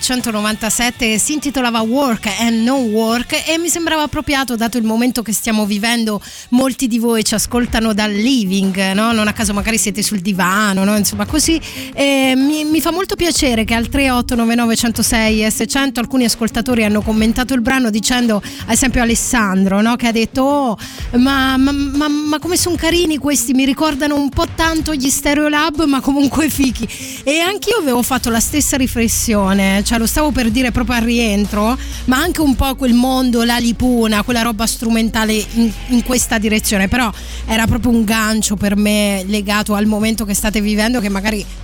1997 si intitolava Work and No Work e mi sembrava appropriato, dato il momento che stiamo vivendo. Molti di voi ci ascoltano dal living, no? Non a caso magari siete sul divano, no? Insomma così, mi fa molto piacere che al 3899 106 S100 alcuni ascoltatori hanno commentato il brano dicendo, ad esempio Alessandro, no? Che ha detto ma come sono carini questi, mi ricordano un po' tanto gli Stereolab, ma comunque fichi. E anch'io avevo fatto la stessa riflessione, cioè lo stavo per dire proprio al rientro, ma anche un po' quel mondo, la lipuna, quella roba strumentale in questa direzione, però era proprio un gancio per me legato al momento che state vivendo, che magari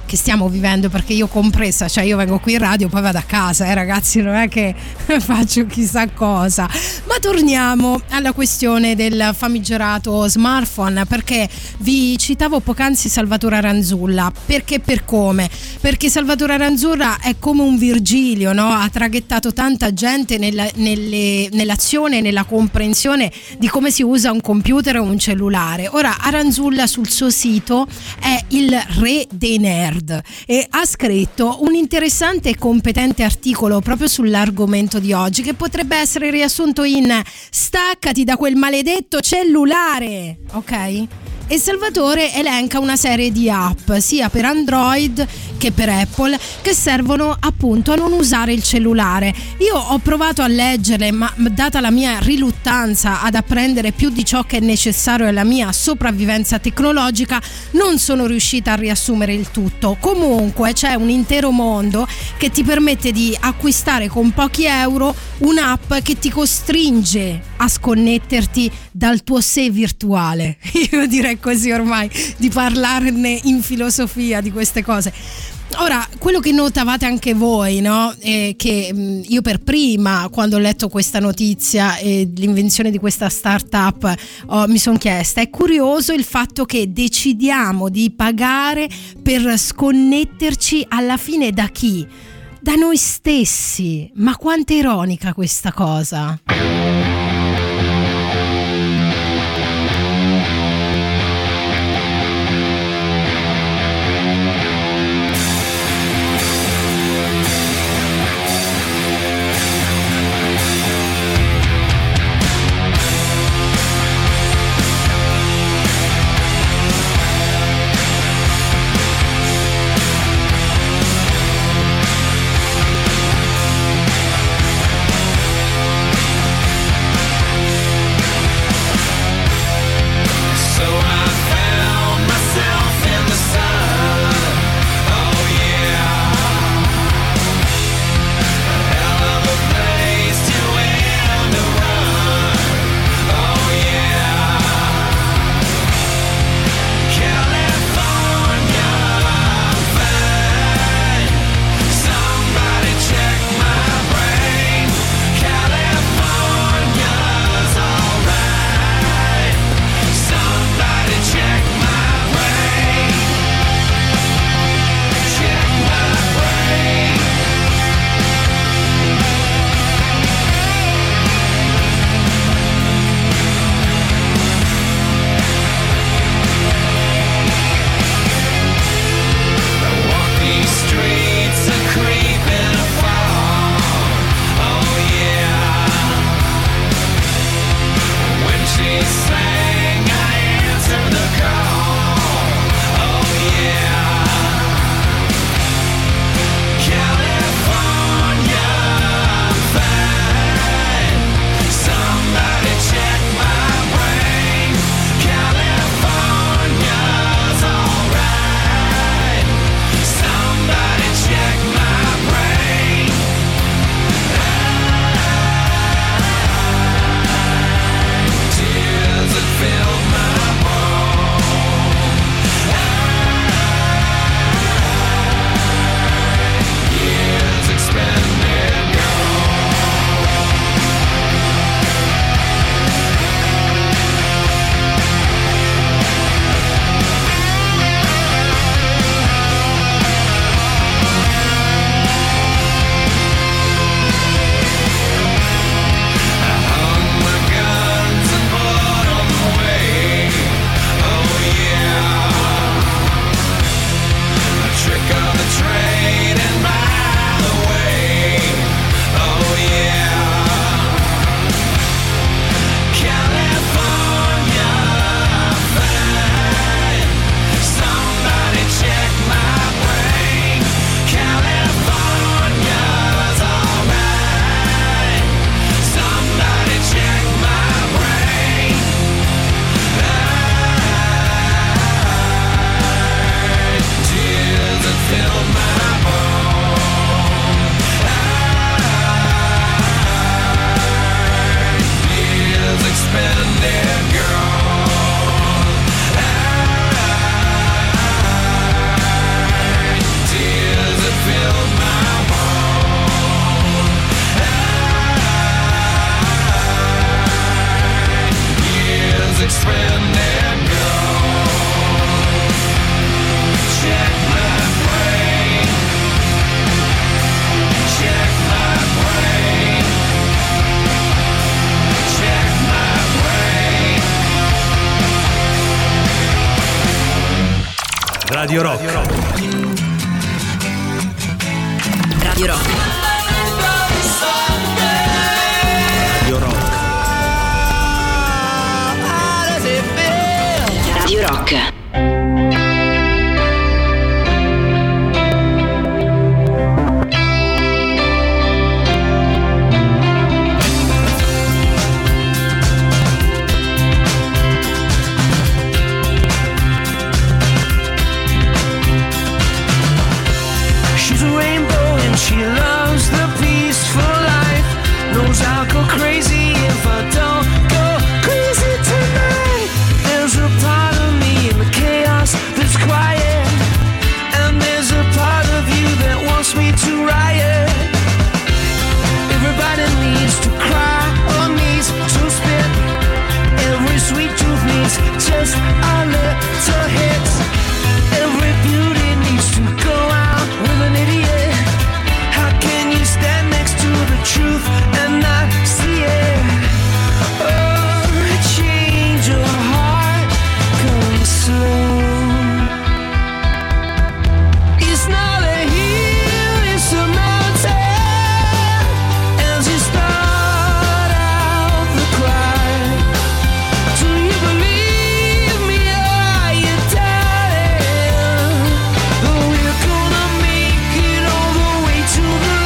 che stiamo vivendo, perché io compresa, cioè io vengo qui in radio poi vado a casa, ragazzi, non è che faccio chissà cosa. Ma torniamo alla questione del famigerato smartphone, perché vi citavo poc'anzi Salvatore Aranzulla, perché per come? Perché Salvatore Aranzulla è come un Virgilio, no? Ha traghettato tanta gente nell'azione, nella comprensione di come si usa un computer o un cellulare. Ora Aranzulla sul suo sito è il re dei nerd e ha scritto un interessante e competente articolo proprio sull'argomento di oggi, che potrebbe essere riassunto in: staccati da quel maledetto cellulare, ok? E Salvatore elenca una serie di app sia per Android che per Apple che servono appunto a non usare il cellulare. Io ho provato a leggerle, ma data la mia riluttanza ad apprendere più di ciò che è necessario alla mia sopravvivenza tecnologica, non sono riuscita a riassumere il tutto. Comunque c'è un intero mondo che ti permette di acquistare con pochi euro un'app che ti costringe a sconnetterti dal tuo sé virtuale. Io direi così ormai di parlarne in filosofia di queste cose. Ora, quello che notavate anche voi, no? Che io per prima, quando ho letto questa notizia e l'invenzione di questa startup, mi sono chiesta: è curioso il fatto che decidiamo di pagare per sconnetterci alla fine da chi? Da noi stessi. Ma quanto è ironica questa cosa? Radio Rock. Radio Rock. Radio Rock. Radio Rock. She loves the peaceful life, knows I'll go crazy if I don't go crazy tonight. There's a part of me in the chaos that's quiet, and there's a part of you that wants me to riot. Everybody needs to cry or needs to spit. Every sweet tooth needs just a little hit. Every beauty needs to go out with an idiot. Stand next to the truth and not see it. Oh, a change of heart comes slow. It's not a hill, it's a mountain. As you start out the climb, do you believe me or are you doubting? Oh, we're gonna make it all the way to the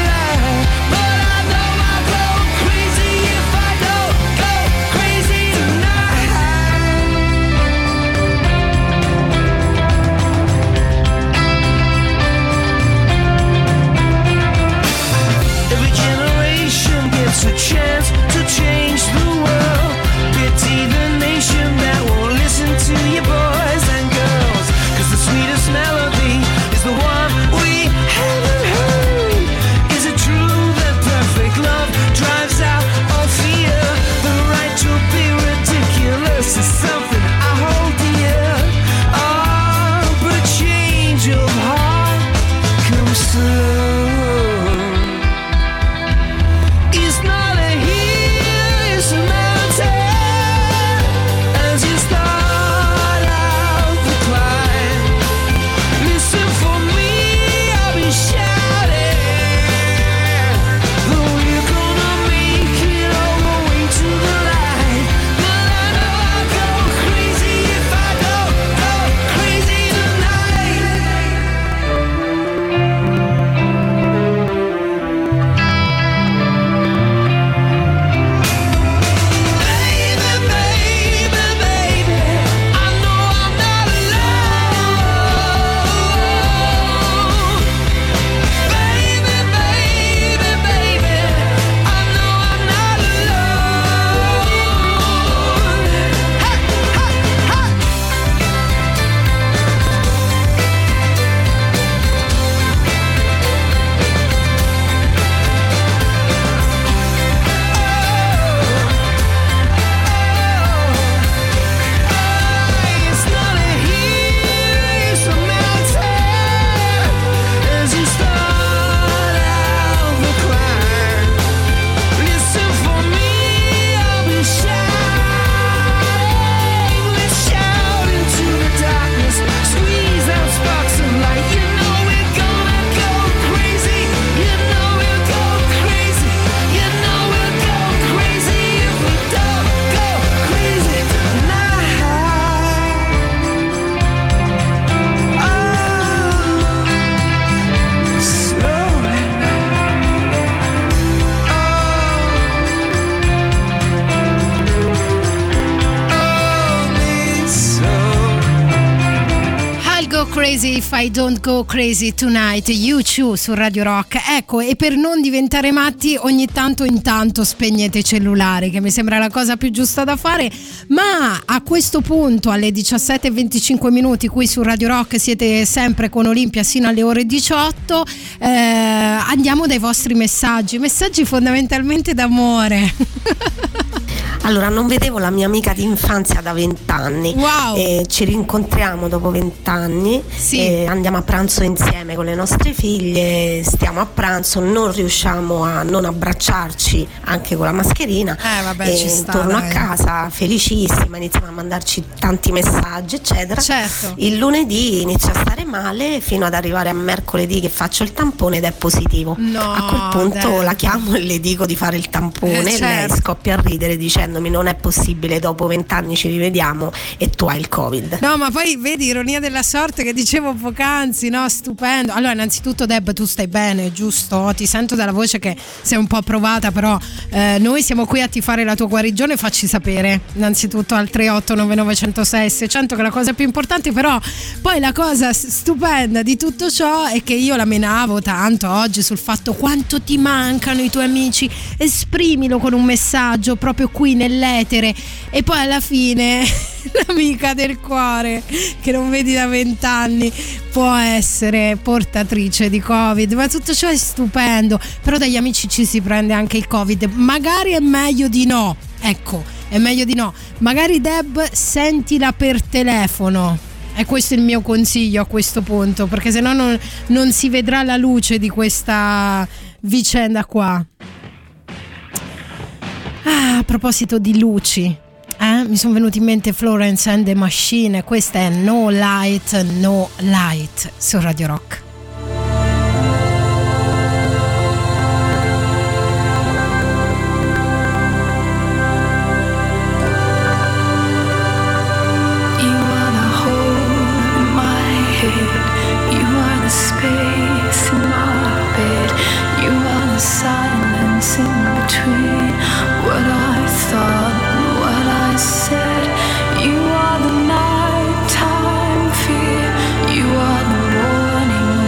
a chance to change the world. Pity the nation that won't listen to you boys and girls, 'cause the sweetest melody is the one we haven't heard. Is it true that perfect love drives out all fear? The right to be ridiculous is something I hold dear. Oh, but a change of heart comes slow. Crazy If I Don't Go Crazy Tonight, U2 su Radio Rock. Ecco, e per non diventare matti ogni tanto intanto spegnete i cellulari, che mi sembra la cosa più giusta da fare. Ma a questo punto alle 17:25 qui su Radio Rock siete sempre con Olimpia sino alle ore 18. Andiamo dai vostri messaggi fondamentalmente d'amore. Allora, non vedevo la mia amica d'infanzia da 20 anni. Wow. Ci rincontriamo dopo 20 anni. Sì. Andiamo a pranzo insieme con le nostre figlie, stiamo a pranzo, non riusciamo a non abbracciarci anche con la mascherina. Vabbè, ci sta, torno dai. a casa felicissima, iniziamo a mandarci tanti messaggi, eccetera. Certo. Il lunedì inizio a stare male fino ad arrivare a mercoledì che faccio il tampone ed è positivo. No, a quel punto la chiamo e le dico di fare il tampone e certo. lei scoppia a ridere dicendomi: non è possibile, dopo 20 anni ci rivediamo e tu hai il Covid. No, ma poi vedi, ironia della sorte che dicevo poc'anzi, no? Stupendo. Allora, innanzitutto Deb, tu stai bene, giusto? Ti sento dalla voce che sei un po' provata, però noi siamo qui a tifare la tua guarigione. Facci sapere innanzitutto al 38 99 106 600, che è la cosa più importante. Però poi la cosa stupenda di tutto ciò è che io la menavo tanto oggi sul fatto quanto ti mancano i tuoi amici, esprimilo con un messaggio proprio qui nell'etere, e poi alla fine l'amica del cuore che non vedi da 20 anni può essere portatrice di Covid. Ma tutto ciò è stupendo, però dagli amici ci si prende anche il Covid, magari è meglio di no, ecco, è meglio di no. Magari Deb, sentila per telefono, e questo è il mio consiglio a questo punto, perché sennò non si vedrà la luce di questa vicenda qua. A proposito di luci, mi sono venuti in mente Florence and the Machine. Questa è No Light, No Light su Radio Rock. Silence in between what I thought and what I said. You are the nighttime fear. You are the morning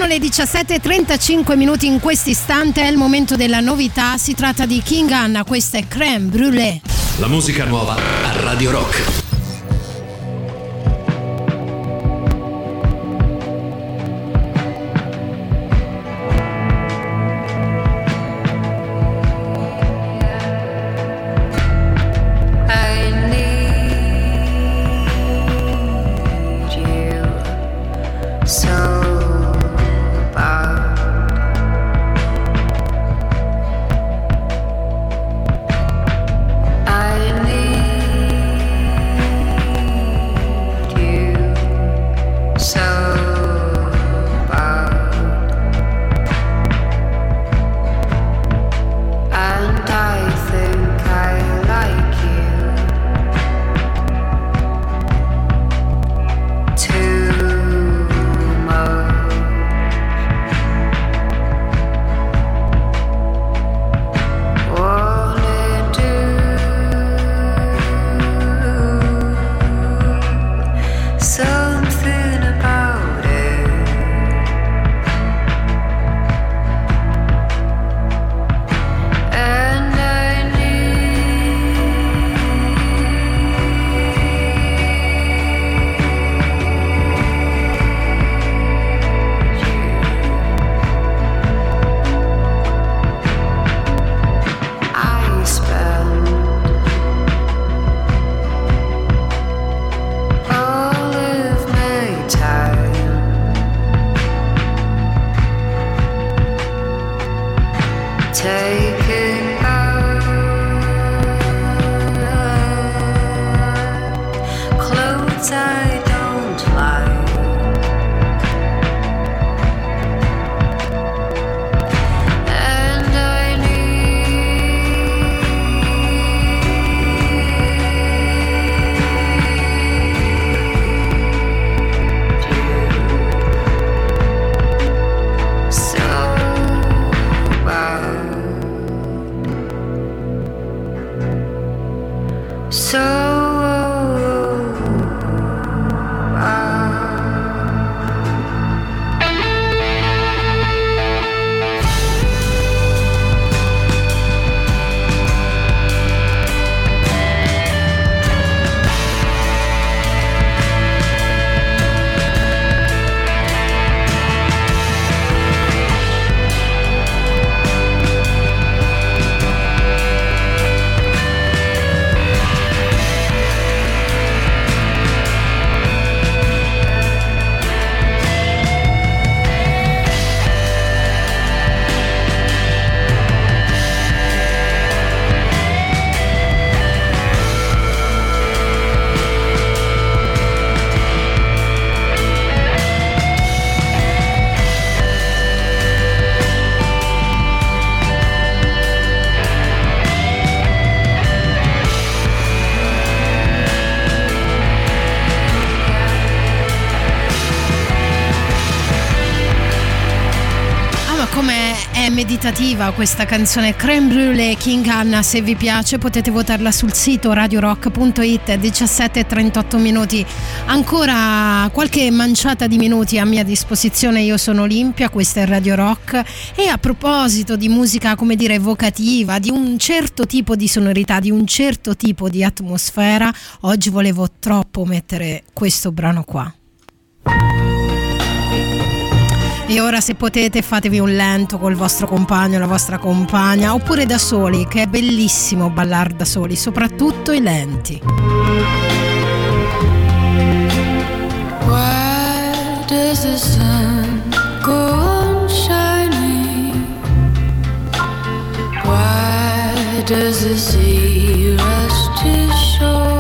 le 17:35 in questo istante, è il momento della novità, si tratta di King Anna, questa è Crème Brûlée. La musica nuova a Radio Rock. Meditativa questa canzone Crème Brûlée King Anna. Se vi piace potete votarla sul sito radiorock.it. 17:38, ancora qualche manciata di minuti a mia disposizione. Io sono Olimpia, questa è Radio Rock, e a proposito di musica, come dire, evocativa, di un certo tipo di sonorità, di un certo tipo di atmosfera, oggi volevo troppo mettere questo brano qua. E ora, se potete, fatevi un lento col vostro compagno, la vostra compagna, oppure da soli, che è bellissimo ballare da soli, soprattutto i lenti. Why does the sun go on shining? Why does the sea rush to shore?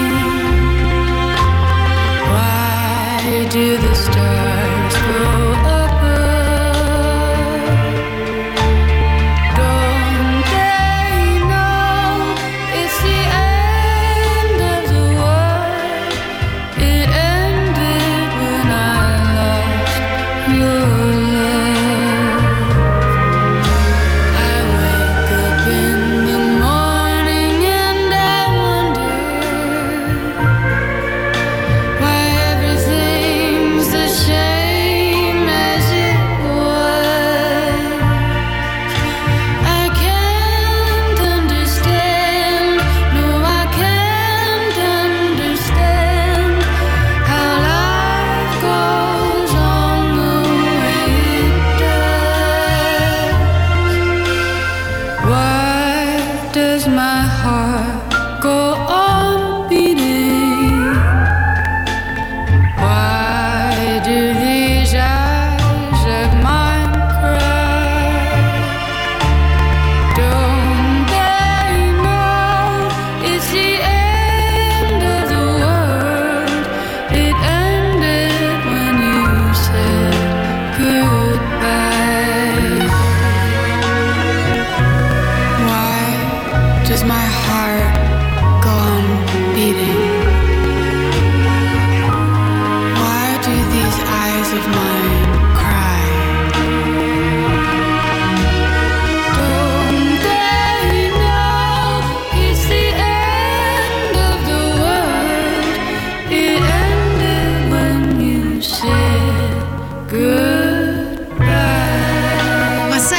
Do the stars go up?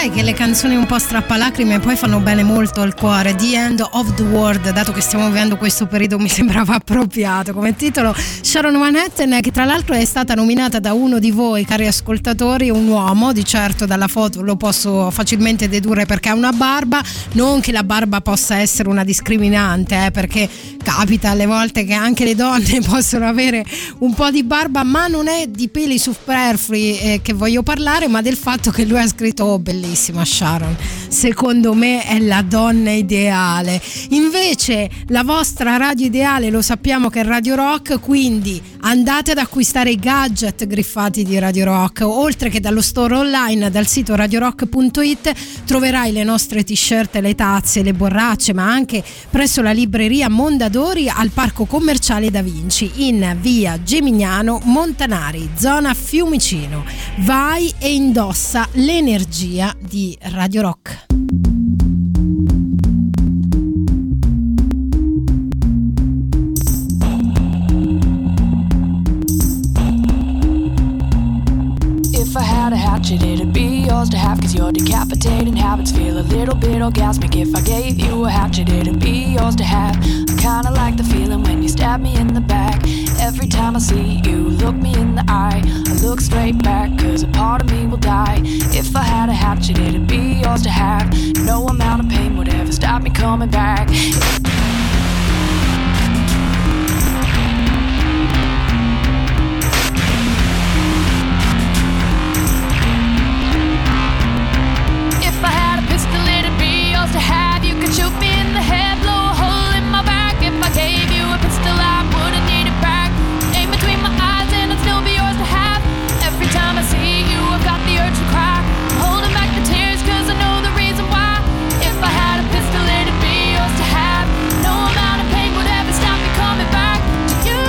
sai che le canzoni un po' strappalacrime poi fanno bene molto al cuore. The End of the World, dato che stiamo vivendo questo periodo, mi sembrava appropriato come titolo. Sharon Van Etten, che tra l'altro è stata nominata da uno di voi, cari ascoltatori, un uomo, di certo dalla foto lo posso facilmente dedurre perché ha una barba. Non che la barba possa essere una discriminante, perché capita alle volte che anche le donne possono avere un po' di barba, ma non è di peli superflui che voglio parlare, ma del fatto che lui ha scritto: oh, bellissima Sharon, secondo me è la donna ideale. Invece la vostra radio ideale lo sappiamo che è Radio Rock, quindi andate ad acquistare i gadget griffati di Radio Rock. Oltre che dallo store online, dal sito radiorock.it troverai le nostre t-shirt, le tazze, le borracce, ma anche presso la libreria Mondadori al Parco Commerciale Da Vinci in via Gemignano Montanari, zona Fiumicino. Vai e indossa l'energia di Radio Rock. If I had a hatchet, it'd be yours to have, 'cause your decapitating habits feel a little bit orgasmic. If I gave you a hatchet, it'd be yours to have. I kinda like the feeling when you stab me in the back. Every time I see you, look me in the eye, I look straight back, 'cause a part of me will die. If I had a hatchet, it'd be yours to have. No amount of pain would ever stop me coming back. To have, you could shoot me in the head, blow a hole in my back. If I gave you a pistol, I wouldn't need it back. Aim between my eyes and it'd still be yours to have. Every time I see you, I've got the urge to cry. I'm holding back the tears 'cause I know the reason why. If I had a pistol, it'd be yours to have. No amount of pain would ever stop me coming back to you.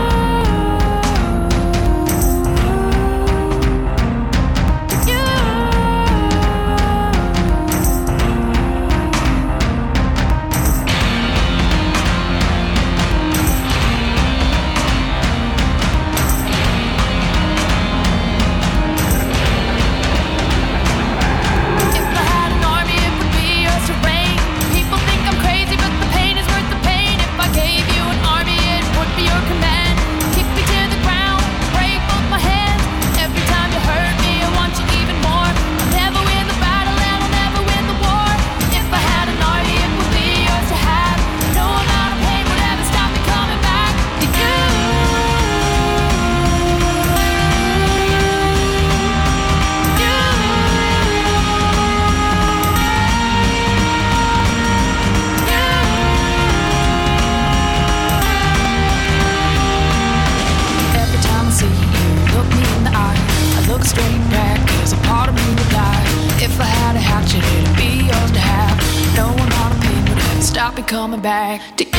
Coming back to you.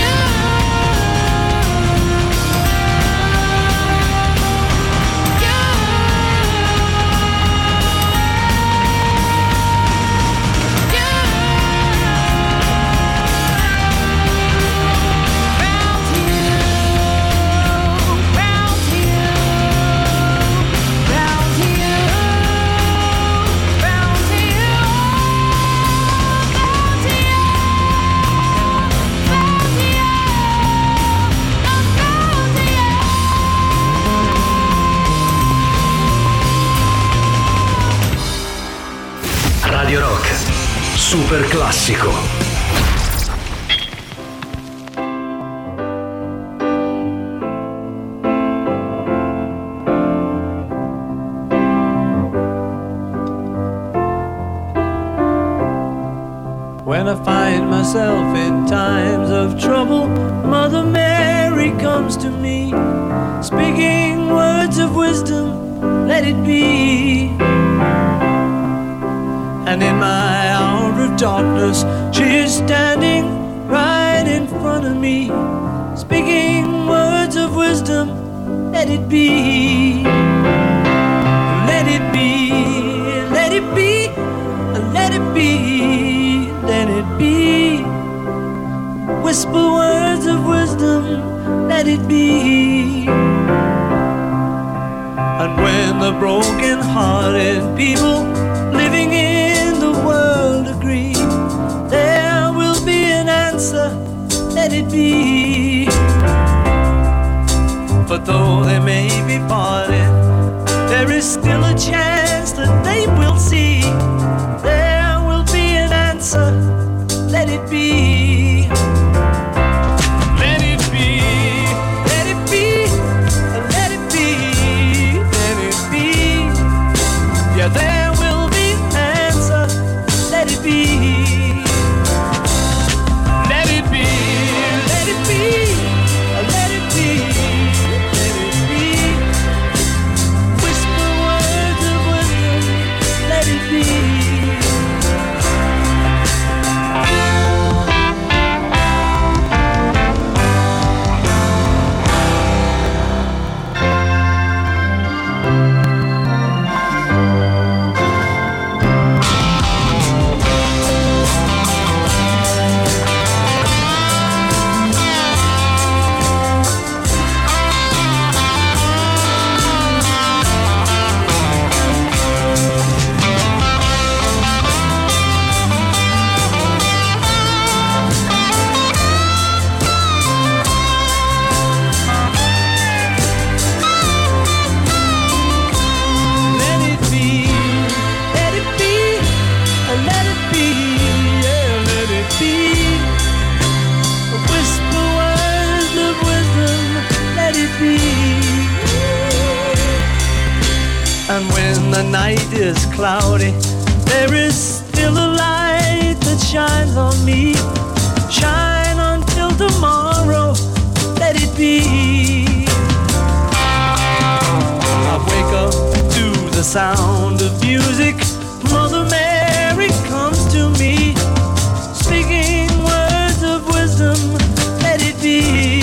Radio Rock, super classico. When I find myself in times of trouble, Mother Mary comes to me, speaking words of wisdom, let it be. And in my hour of darkness, she is standing right in front of me, speaking words of wisdom, let it be. Let it be, let it be, let it be, let it be. Whisper words of wisdom, let it be. And when the broken-hearted people living in the let it be, yeah, let it be. Whisper words of wisdom, let it be. And when the night is cloudy, there is still a light that shines on me. Shine until tomorrow, let it be. I wake up to the sound of music. Mother Mary comes to me, speaking words of wisdom, let it be.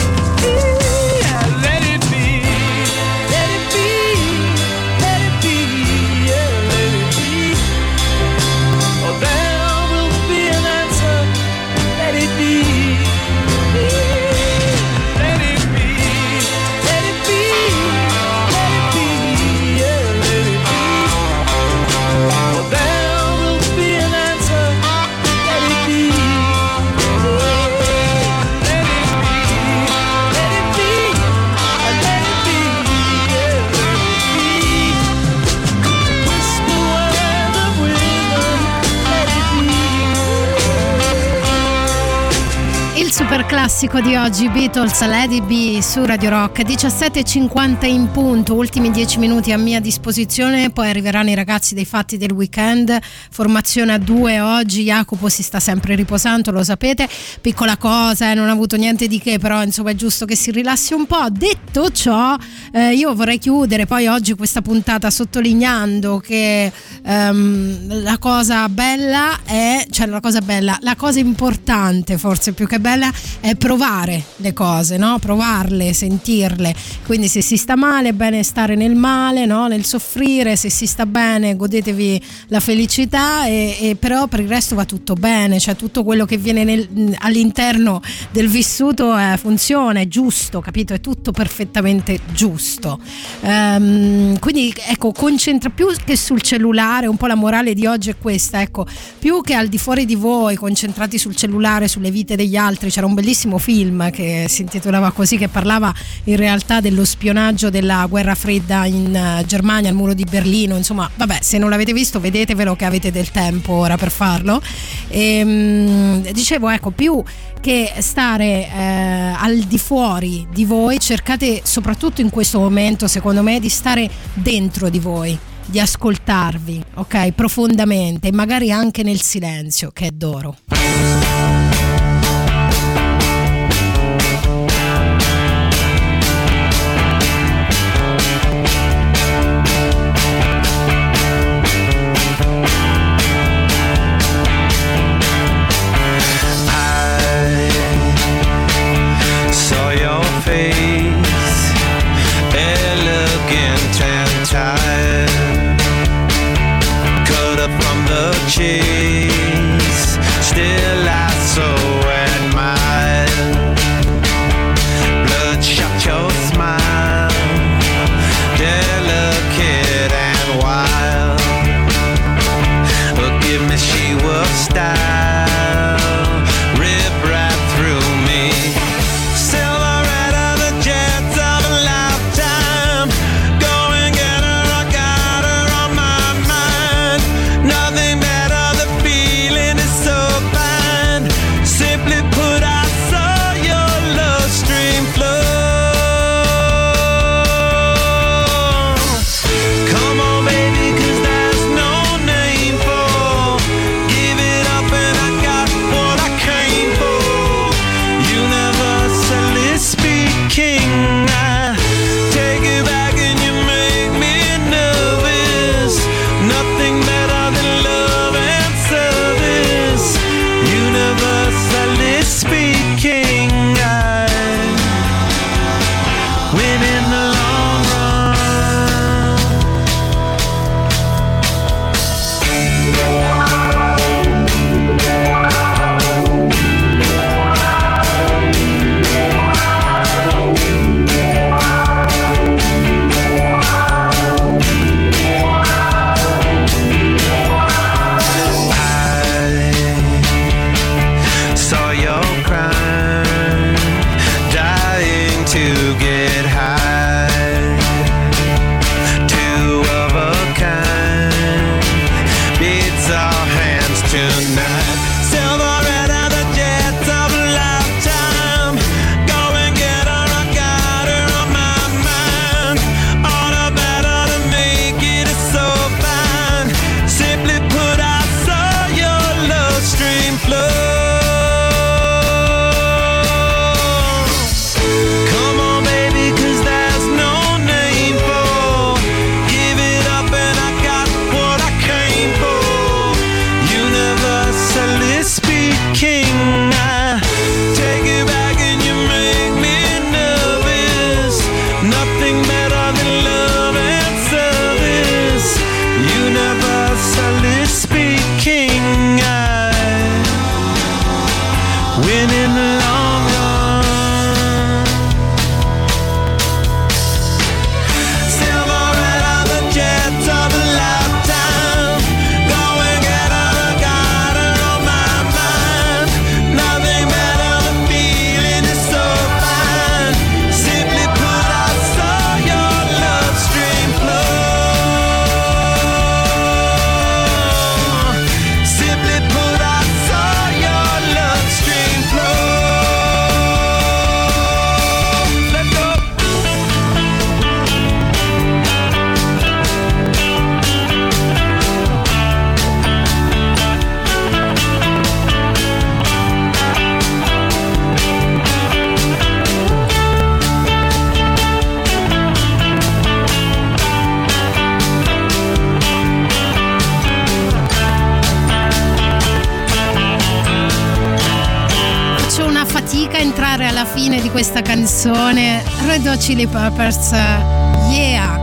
Super classico di oggi, Beatles, Lady B su Radio Rock. 17:50 in punto, ultimi 10 minuti a mia disposizione, poi arriveranno i ragazzi dei fatti del weekend, formazione a 2 oggi. Jacopo si sta sempre riposando, lo sapete, piccola cosa, non ha avuto niente di che, però insomma è giusto che si rilassi un po'. Detto ciò, io vorrei chiudere poi oggi questa puntata sottolineando che la cosa bella è, cioè la cosa bella, la cosa importante forse più che bella è provare le cose, no? Provarle, sentirle. Quindi se si sta male è bene stare nel male, no? Nel soffrire. Se si sta bene godetevi la felicità, e però per il resto va tutto bene, cioè tutto quello che viene all'interno del vissuto funziona, è giusto, capito? È tutto perfettamente giusto. Quindi ecco, concentra più che sul cellulare, un po' la morale di oggi è questa, ecco, più che al di fuori di voi concentrati sul cellulare, sulle vite degli altri. C'era un bellissimo film che si intitolava così, che parlava in realtà dello spionaggio della guerra fredda in Germania, al muro di Berlino. Insomma, vabbè, se non l'avete visto vedetevelo, che avete del tempo ora per farlo. Dicevo, ecco, più che stare al di fuori di voi, cercate soprattutto in questo momento, secondo me, di stare dentro di voi, di ascoltarvi, ok, profondamente, magari anche nel silenzio, che è d'oro. Cheese, still I so admire. Bloodshot your smile, delicate and wild. Give me she will style, rip right through me. Silhouette of the jets of a lifetime. Go and get her, I got her on my mind. Nothing better than your hands tonight. Silver red are the jets of a lifetime. Go and get her, I got her on my mind. All the better to make it is so fine. Simply put, I saw your love stream flow. Entrare alla fine di questa canzone. Red Hot Chili Peppers, yeah.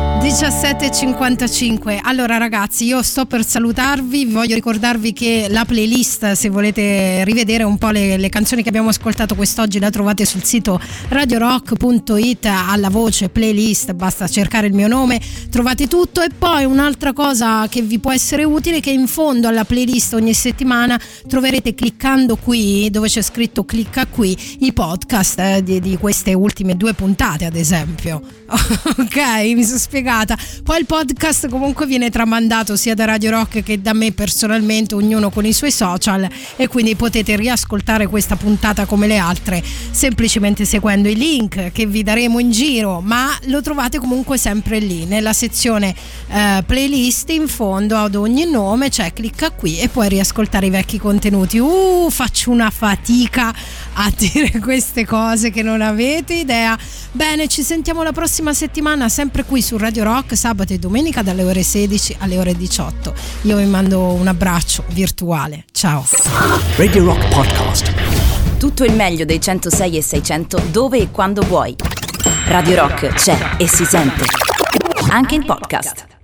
17:55. Allora ragazzi, io sto per salutarvi, voglio ricordarvi che la playlist, se volete rivedere un po' le canzoni che abbiamo ascoltato quest'oggi, la trovate sul sito radiorock.it alla voce playlist, basta cercare il mio nome, trovate tutto. E poi un'altra cosa che vi può essere utile, che in fondo alla playlist ogni settimana troverete, cliccando qui dove c'è scritto clicca qui, i podcast di queste ultime 2 puntate ad esempio. Ok, mi sono spiegata. Poi il podcast comunque viene tramandato sia da Radio Rock che da me personalmente, ognuno con i suoi social, e quindi potete riascoltare questa puntata come le altre semplicemente seguendo i link che vi daremo in giro, ma lo trovate comunque sempre lì nella sezione playlist. In fondo ad ogni nome c'è clicca qui e puoi riascoltare i vecchi contenuti. Faccio una fatica a dire queste cose che non avete idea. Bene, ci sentiamo la prossima settimana sempre qui su Radio Rock, sabato e domenica dalle ore 16 alle ore 18. Io vi mando un abbraccio virtuale. Ciao. Radio Rock Podcast. Tutto il meglio dei 106 e 600 dove e quando vuoi. Radio Rock c'è e si sente. Anche in podcast.